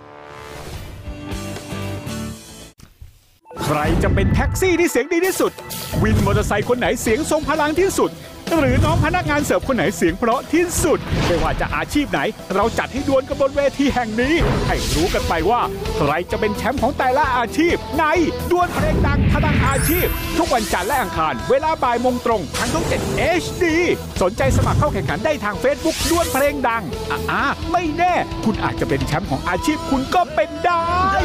ใครจะเป็นแท็กซี่ที่เสียงดีที่สุดวินมอเตอร์ไซค์คนไหนเสียงทรงพลังที่สุดหรือน้องพนักงานเสิร์ฟคนไหนเสียงเพราะที่สุดไม่ว่าจะอาชีพไหนเราจัดให้ดวลกันบนเวทีแห่งนี้ให้รู้กันไปว่าใครจะเป็นแชมป์ของแต่ละอาชีพในดวลเพลงดังพลังอาชีพทุกวันจันทร์และอังคารเวลาบ่ายโมงตรงทางช่อง เจ็ด เอช ดี สนใจสมัครเข้าแข่งขันได้ทาง Facebook ดวลเพลงดังอ่าไม่แน่คุณอาจจะเป็นแชมป์ของอาชีพคุณก็เป็นได้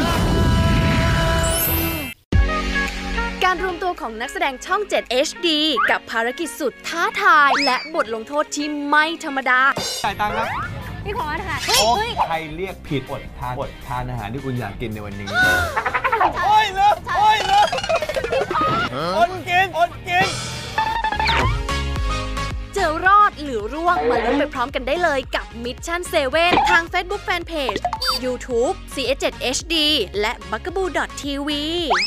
การรวมตัวของนักแสดงช่อง เจ็ด เอช ดี กับภารกิจสุดท้าทายและบทลงโทษที่ไม่ธรรมดาจ่ายตังค์ครับพี่ขออาหารโอ้ใครเรียกผิดอดทานอดทานอาหารที่คุณอยากกินในวันนี้โอ้ยเลิกโอ้ยเลิกอดกินอดกินเจอรอดหรือร่วงมาลุ้นไปพร้อมกันได้เลยกับ Mission เซเว่น ทาง Facebook Fanpage YouTube ซี เอช เจ็ด เอช ดี และ บักกะบู ดอท ที วี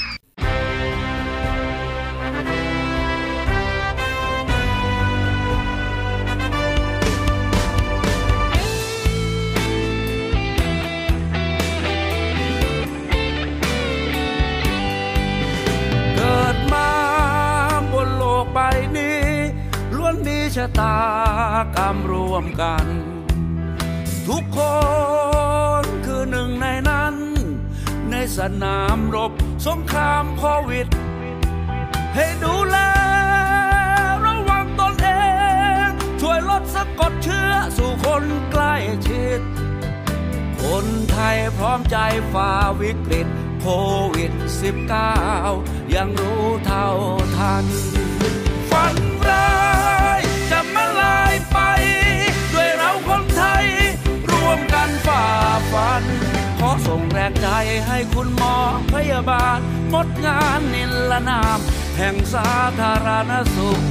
ชะตากรรมร่วมกันทุกคนคือหนึ่งในนั้นในสนามรบสงครามโควิดให้ดูแลระวังตนเองช่วยลดสะกดเชื้อสู่คนใกล้ชิดคนไทยพร้อมใจฝ่าวิกฤตโควิด สิบเก้า ยังรู้เท่าทันฝันร้ายจะมาลายไปด้วยเราคนไทยร่วมกันฝ่าฟันขอส่งแรงใจให้คุณหมอพยาบาลงดงานนิรนามแห่งสาธารณสุข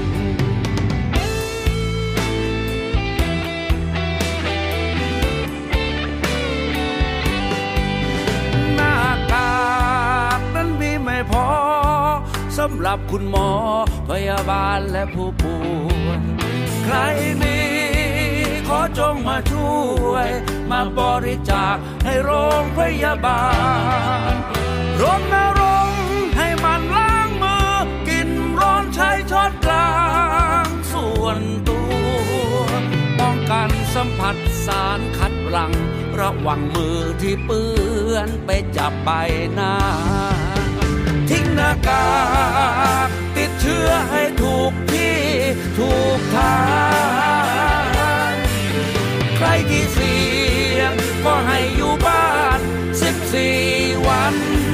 หน้ากากนั้นมีไม่พอสำหรับคุณหมอพยาบาลและผู้ป่วยใครมีขอจงมาช่วยมาบริจาคให้โรงพยาบาลรณรงค์ให้มันล้างมือกินร้อนใช้ช้อนกลางส่วนตัวป้องกันสัมผัสสารคัดหลั่งระวังมือที่เปื้อนไปจับใบหน้าทิ้งหน้ากากติดเชื้อให้ถูกที่ถูกทางใครที่เสี่ยงก็ให้อยู่บ้านสิบสี่วัน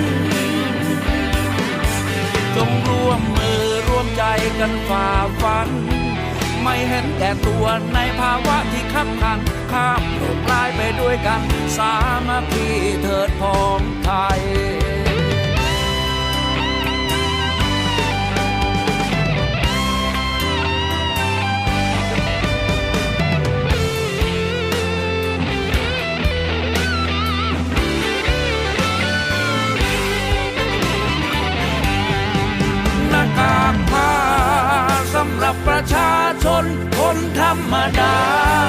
จงร่วมมือร่วมใจกันฝ่าฟันไม่เห็นแก่ตัวในภาวะที่ขับขันข้ามโลกลายไปด้วยกันสามัคคีเถิดพ้องไทยหน้ากากผ้าสำหรับประชาชนคนธรรมดา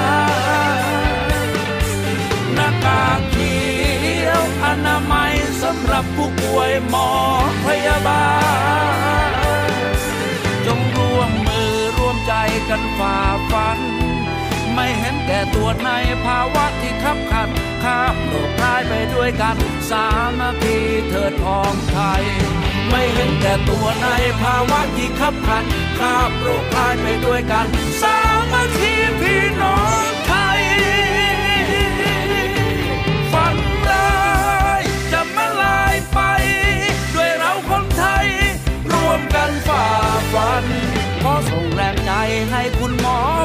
หน้ากากเขียวอนามัยสำหรับผู้ป่วยหมอพยาบาลจงร่วมมือร่วมใจกันฝ่าฟันไม่เห็นแก่ตัวในภาวะที่ขับขันข้ามโลกร้ายไปด้วยกันสามัคคีเถิดพ้องไทยไม่เห็นแก่ตัวในภาวะที่ขับขันข้ามโลกร้ายไปด้วยกันสามัคคีพี่น้องไทยฝันร้ายจะมาลายไปด้วยเราคนไทยร่วมกันฝ่าฟันขอส่งแรงใจ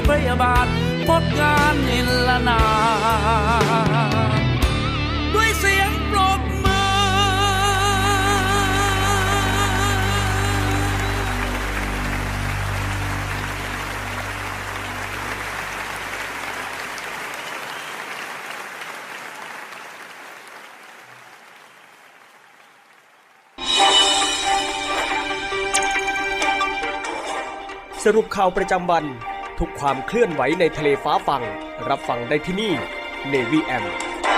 พยาบาลหมดงานนิรนามด้วยเสียงปรบมือสรุปข่าวประจำวันทุกความเคลื่อนไหวในทะเลฟ้าฟังรับฟังได้ที่นี่ Navy เอ เอ็ม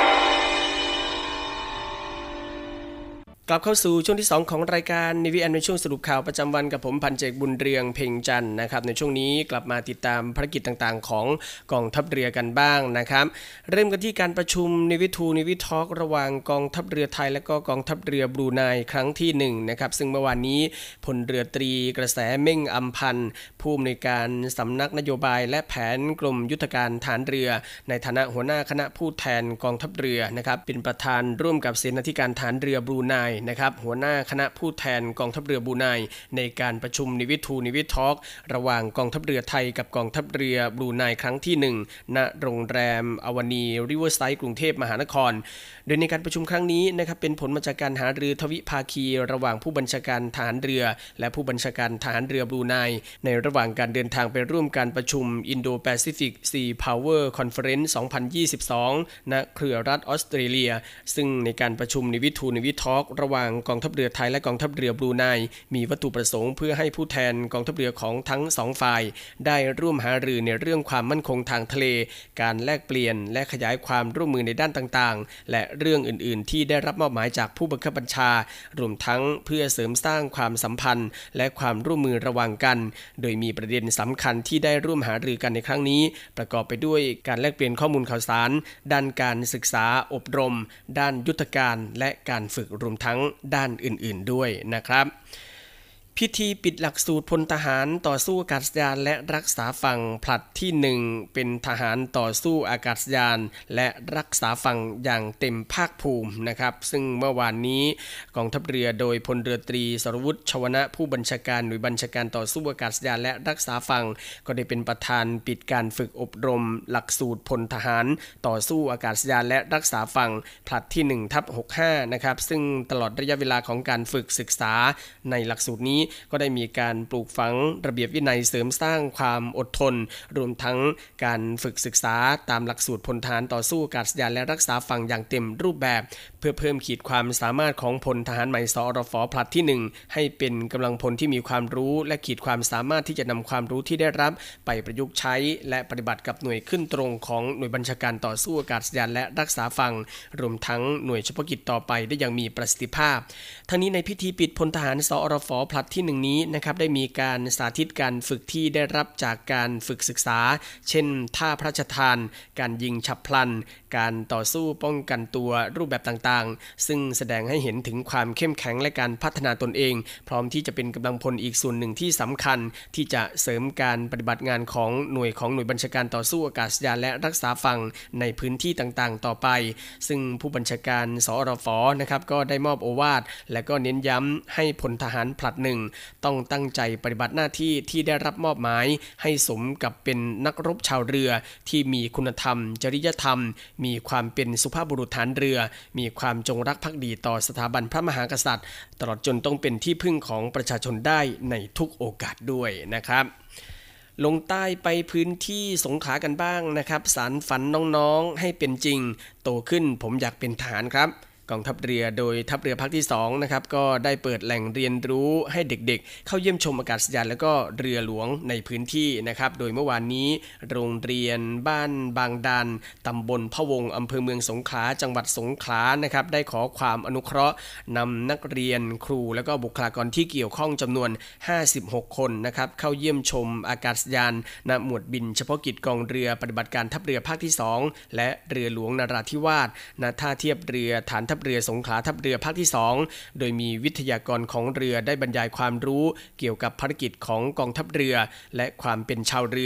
กลับเข้าสู่ช่วงที่สองของรายการ Navy เอ เอ็ม ในช่วงสรุปข่าวประจำวันกับผมพันเจกบุญเรืองเพ็งจันทร์นะครับในช่วงนี้กลับมาติดตามภารกิจต่างๆของกองทัพเรือกันบ้างนะครับเริ่มกันที่การประชุม Navy ทู Navy Talk ระหว่างกองทัพเรือไทยและก็กองทัพเรือบรูไนครั้งที่หนึ่งนะครับซึ่งเมื่อวานนี้พลเรือตรีกระแสเม่งอำพันธ์ผู้อำนวยการสำนักนโยบายและแผนกรมยุทธการฐานเรือในฐานะหัวหน้าคณะผู้แทนกองทัพเรือนะครับเป็นประธานร่วมกับเสนาธิการฐานเรือบรูไนนะครับหัวหน้าคณะผู้แทนกองทัพเรือบรูไนในการประชุม Navy ทู Navy Talk ระหว่างกองทัพเรือไทยกับกองทัพเรือบรูไนครั้งที่หนึ่งณโรงแรมอวานีริเวอร์ไซด์กรุงเทพมหานครโดยในการประชุมครั้งนี้นะครับเป็นผลมาจากการหารือทวิภาคีระหว่างผู้บัญชาการทหารเรือและผู้บัญชาการทหารเรือบรูไนในระหว่างการเดินทางไปร่วมการประชุม Indo-Pacific Sea Power Conference สองพันยี่สิบสองณเครือรัฐออสเตรเลียซึ่งในการประชุม Navy ทู Navy Talk ระหว่างกองทัพเรือไทยและกองทัพเรือบรูไนมีวัตถุประสงค์เพื่อให้ผู้แทนกองทัพเรือของทั้งสองฝ่ายได้ร่วมหารือในเรื่องความมั่นคงทางทะเลการแลกเปลี่ยนและขยายความร่วมมือในด้านต่างๆและเรื่องอื่นๆที่ได้รับมอบหมายจากผู้บังคับบัญชารวมทั้งเพื่อเสริมสร้างความสัมพันธ์และความร่วมมือระหว่างกันโดยมีประเด็นสำคัญที่ได้ร่วมหารือกันในครั้งนี้ประกอบไปด้วยการแลกเปลี่ยนข้อมูลข่าวสารด้านการศึกษาอบรมด้านยุทธการและการฝึกรวมทั้งด้านอื่นๆด้วยนะครับพิธีปิดหลักสูตรพลทหารต่อสู้อากาศยานและรักษาฝั่งผลัดที่หนึ่งเป็นทหารต่อสู้อากาศยานและรักษาฝั่งอย่างเต็มภาคภูมินะครับซึ่งเมื่อวานนี้กองทัพเรือโดยพลเรือตรีสรวุฒิชวนะผู้บัญชาการหน่วยบัญชาการต่อสู้อากาศยานและรักษาฝั่งก็ได้เป็นประธานปิดการฝึกอบรมหลักสูตรพลทหารต่อสู้อากาศยานและรักษาฝั่งผลัดที่ หนึ่งทับหกสิบห้า นะครับซึ่งตลอดระยะเวลาของการฝึกศึกษาในหลักสูตรนี้ก็ได้มีการปลูกฝังระเบียบวินัยเสริมสร้างความอดทนรวมทั้งการฝึกศึกษาตามหลักสูตรพลทหารต่อสู้อากาศยานและรักษาฝั่งอย่างเต็มรูปแบบเพื่อเพิ่มขีดความสามารถของพลทหารใหม่สอรฟผลัดที่หนึ่งให้เป็นกำลังพลที่มีความรู้และขีดความสามารถที่จะนำความรู้ที่ได้รับไปประยุกต์ใช้และปฏิบัติกับหน่วยขึ้นตรงของหน่วยบัญชาการต่อสู้อากาศยานและรักษาฝั่งรวมทั้งหน่วยเฉพาะกิจต่อไปได้อย่างมีประสิทธิภาพทั้งนี้ในพิธีปิดพลทหารสอรฟผลัดที่หนึ่งนี้นะครับได้มีการสาธิตการฝึกที่ได้รับจากการฝึกศึกษาเช่นท่าพระราชทานการยิงฉับพลันการต่อสู้ป้องกันตัวรูปแบบต่างๆซึ่งแสดงให้เห็นถึงความเข้มแข็งและการพัฒนาตนเองพร้อมที่จะเป็นกำลังพลอีกส่วนหนึ่งที่สำคัญที่จะเสริมการปฏิบัติงานของหน่วยของหน่วยบัญชาการต่อสู้อากาศยานและรักษาฝั่งในพื้นที่ต่างๆต่อไปซึ่งผู้บัญชาการสอรฟนะครับก็ได้มอบโอวาทและก็เน้นย้ำให้พลทหารผลัดหนึ่งต้องตั้งใจปฏิบัติหน้าที่ที่ได้รับมอบหมายให้สมกับเป็นนักรบชาวเรือที่มีคุณธรรมจริยธรรมมีความเป็นสุภาพบุรุษฐานเรือมีความจงรักภักดีต่อสถาบันพระมหากษัตริย์ตลอดจนต้องเป็นที่พึ่งของประชาชนได้ในทุกโอกาสด้วยนะครับลงใต้ไปพื้นที่สงขลากันบ้างนะครับสานฝันน้องๆให้เป็นจริงโตขึ้นผมอยากเป็นทหารครับกองทัพเรือโดยทัพเรือภาคที่สองนะครับก็ได้เปิดแหล่งเรียนรู้ให้เด็กๆเข้าเยี่ยมชมอากาศยานแล้วก็เรือหลวงในพื้นที่นะครับโดยเมื่อวานนี้โรงเรียนบ้านบางดานตำบลพะวงอำเภอเมืองสงขลาจังหวัดสงขลานะครับได้ขอความอนุเคราะห์นำนักเรียนครูแล้วก็บุคลากรที่เกี่ยวข้องจำนวนห้าสิบหกคนนะครับเข้าเยี่ยมชมอากาศยานณหมวดบินเฉพาะกิจกองเรือปฏิบัติการทัพเรือภาคที่สองและเรือหลวงนราธิวาสณท่าเทียบเรือฐานทัพเรือสงขลาทัพเรือภาคที่สองโดยมีวิทยากรของเรือได้บรรยายความรู้เกี่ยวกับภารกิจของกองทัพเรือและความเป็นชาวเรือ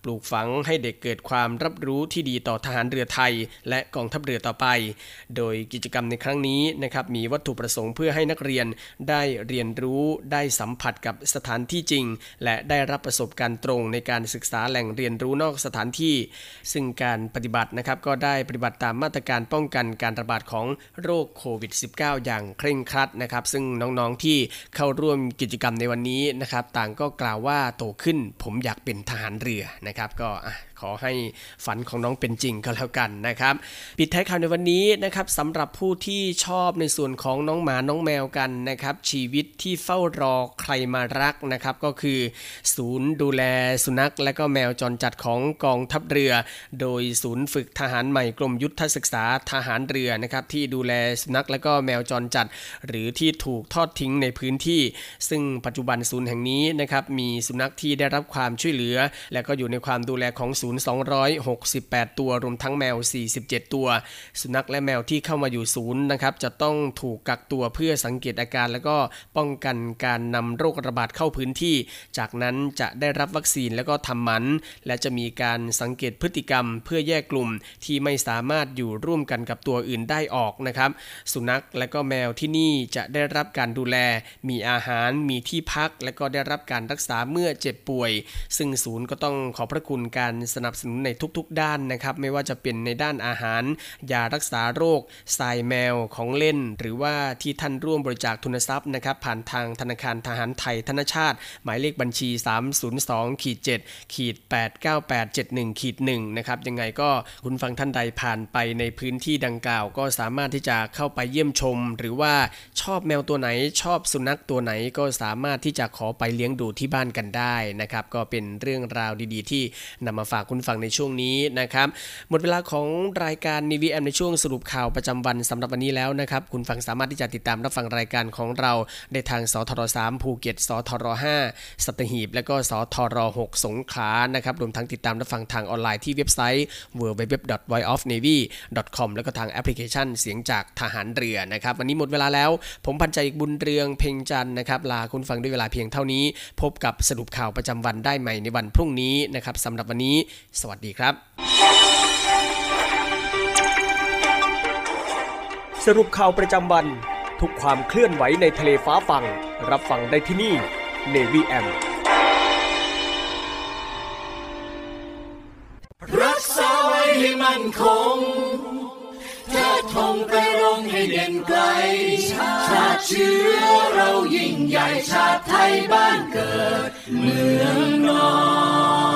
ปลูกฝังให้เด็กเกิดความรับรู้ที่ดีต่อทหารเรือไทยและกองทัพเรือต่อไปโดยกิจกรรมในครั้งนี้นะครับมีวัตถุประสงค์เพื่อให้นักเรียนได้เรียนรู้ได้สัมผัสกับสถานที่จริงและได้รับประสบการณ์ตรงในการศึกษาแหล่งเรียนรู้นอกสถานที่ซึ่งการปฏิบัตินะครับก็ได้ปฏิบัติตามมาตรการป้องกันการระบาดของโรคโควิด สิบเก้า อย่างเคร่งครัดนะครับซึ่งน้องๆที่เข้าร่วมกิจกรรมในวันนี้นะครับต่างก็กล่าวว่าโตขึ้นผมอยากเป็นทหารเรือนะครับก็ขอให้ฝันของน้องเป็นจริงก็แล้วกันนะครับปิดท้ายข่าวในวันนี้นะครับสำหรับผู้ที่ชอบในส่วนของน้องหมาน้องแมวกันนะครับชีวิตที่เฝ้ารอใครมารักนะครับก็คือศูนย์ดูแลสุนัขและก็แมวจรจัดของกองทัพเรือโดยศูนย์ฝึกทหารใหม่กรมยุทธศึกษาทหารเรือนะครับที่ดูแลสุนัขและก็แมวจรจัดหรือที่ถูกทอดทิ้งในพื้นที่ซึ่งปัจจุบันศูนย์แห่งนี้นะครับมีสุนัขที่ได้รับความช่วยเหลือและก็อยู่ในความดูแลของศูนย์สองร้อยหกสิบแปดตัวรวมทั้งแมวสี่สิบเจ็ดตัวสุนัขและแมวที่เข้ามาอยู่ศูนย์นะครับจะต้องถูกกักตัวเพื่อสังเกตอาการและก็ป้องกันการนำโรคระบาดเข้าพื้นที่จากนั้นจะได้รับวัคซีนแล้วก็ทำหมันและจะมีการสังเกตพฤติกรรมเพื่อแยกกลุ่มที่ไม่สามารถอยู่ร่วมกันกับตัวอื่นได้ออกนะครับสุนัขและก็แมวที่นี่จะได้รับการดูแลมีอาหารมีที่พักและก็ได้รับการรักษาเมื่อเจ็บป่วยซึ่งศูนย์ก็ต้องขอบพระคุณการสนับสนุนในทุกๆด้านนะครับไม่ว่าจะเป็นในด้านอาหารยารักษาโรคทรายแมวของเล่นหรือว่าที่ท่านร่วมบริจาคทุนทรัพย์นะครับผ่านทางธนาคารทหารไทยธนชาติหมายเลขบัญชี สาม ศูนย์ สอง เจ็ด แปด เก้า แปด เจ็ด หนึ่ง หนึ่ง นะครับยังไงก็คุณฟังท่านใดผ่านไปในพื้นที่ดังกล่าวก็สามารถที่จะเข้าไปเยี่ยมชมหรือว่าชอบแมวตัวไหนชอบสุนัขตัวไหนก็สามารถที่จะขอไปเลี้ยงดูที่บ้านกันได้นะครับก็เป็นเรื่องราวดีๆที่นำมาฝากคุณฟังในช่วงนี้นะครับหมดเวลาของรายการ นิ วี เอ็ม ในช่วงสรุปข่าวประจำวันสำหรับวันนี้แล้วนะครับคุณฟังสามารถที่จะติดตามรับฟังรายการของเราได้ทางสทรสามภูเก็ตสทรห้าสัตหีบและก็สทรหกสงขลานะครับรวมทั้งติดตามรับฟังทางออนไลน์ที่เว็บไซต์ ดับเบิลยู ดับเบิลยู ดับเบิลยู ดอท ไวซ์ ออฟ เนวี่ ดอท คอม แล้วก็ทางแอปพลิเคชันเสียงจากทหารเรือนะครับวันนี้หมดเวลาแล้วผมพันใจอีกบุญเรืองเพ็งจันทร์นะครับลาคุณฟังด้วยเวลาเพียงเท่านี้พบกับสรุปข่าวประจำวันได้ใหม่ในวันพรุ่งนี้นะครับสำหรับวันนี้สวัสดีครับสรุปข่าวประจำวันทุกความเคลื่อนไหวในทะเลฟ้าฟังรับฟังได้ที่นี่ Navy เอ็มรักษาไว้ให้มั่นคงเธอทงไปรงให้เด่นไกลชาติเชื้อเรายิ่งใหญ่ชาติไทยบ้านเกิดเมืองนอน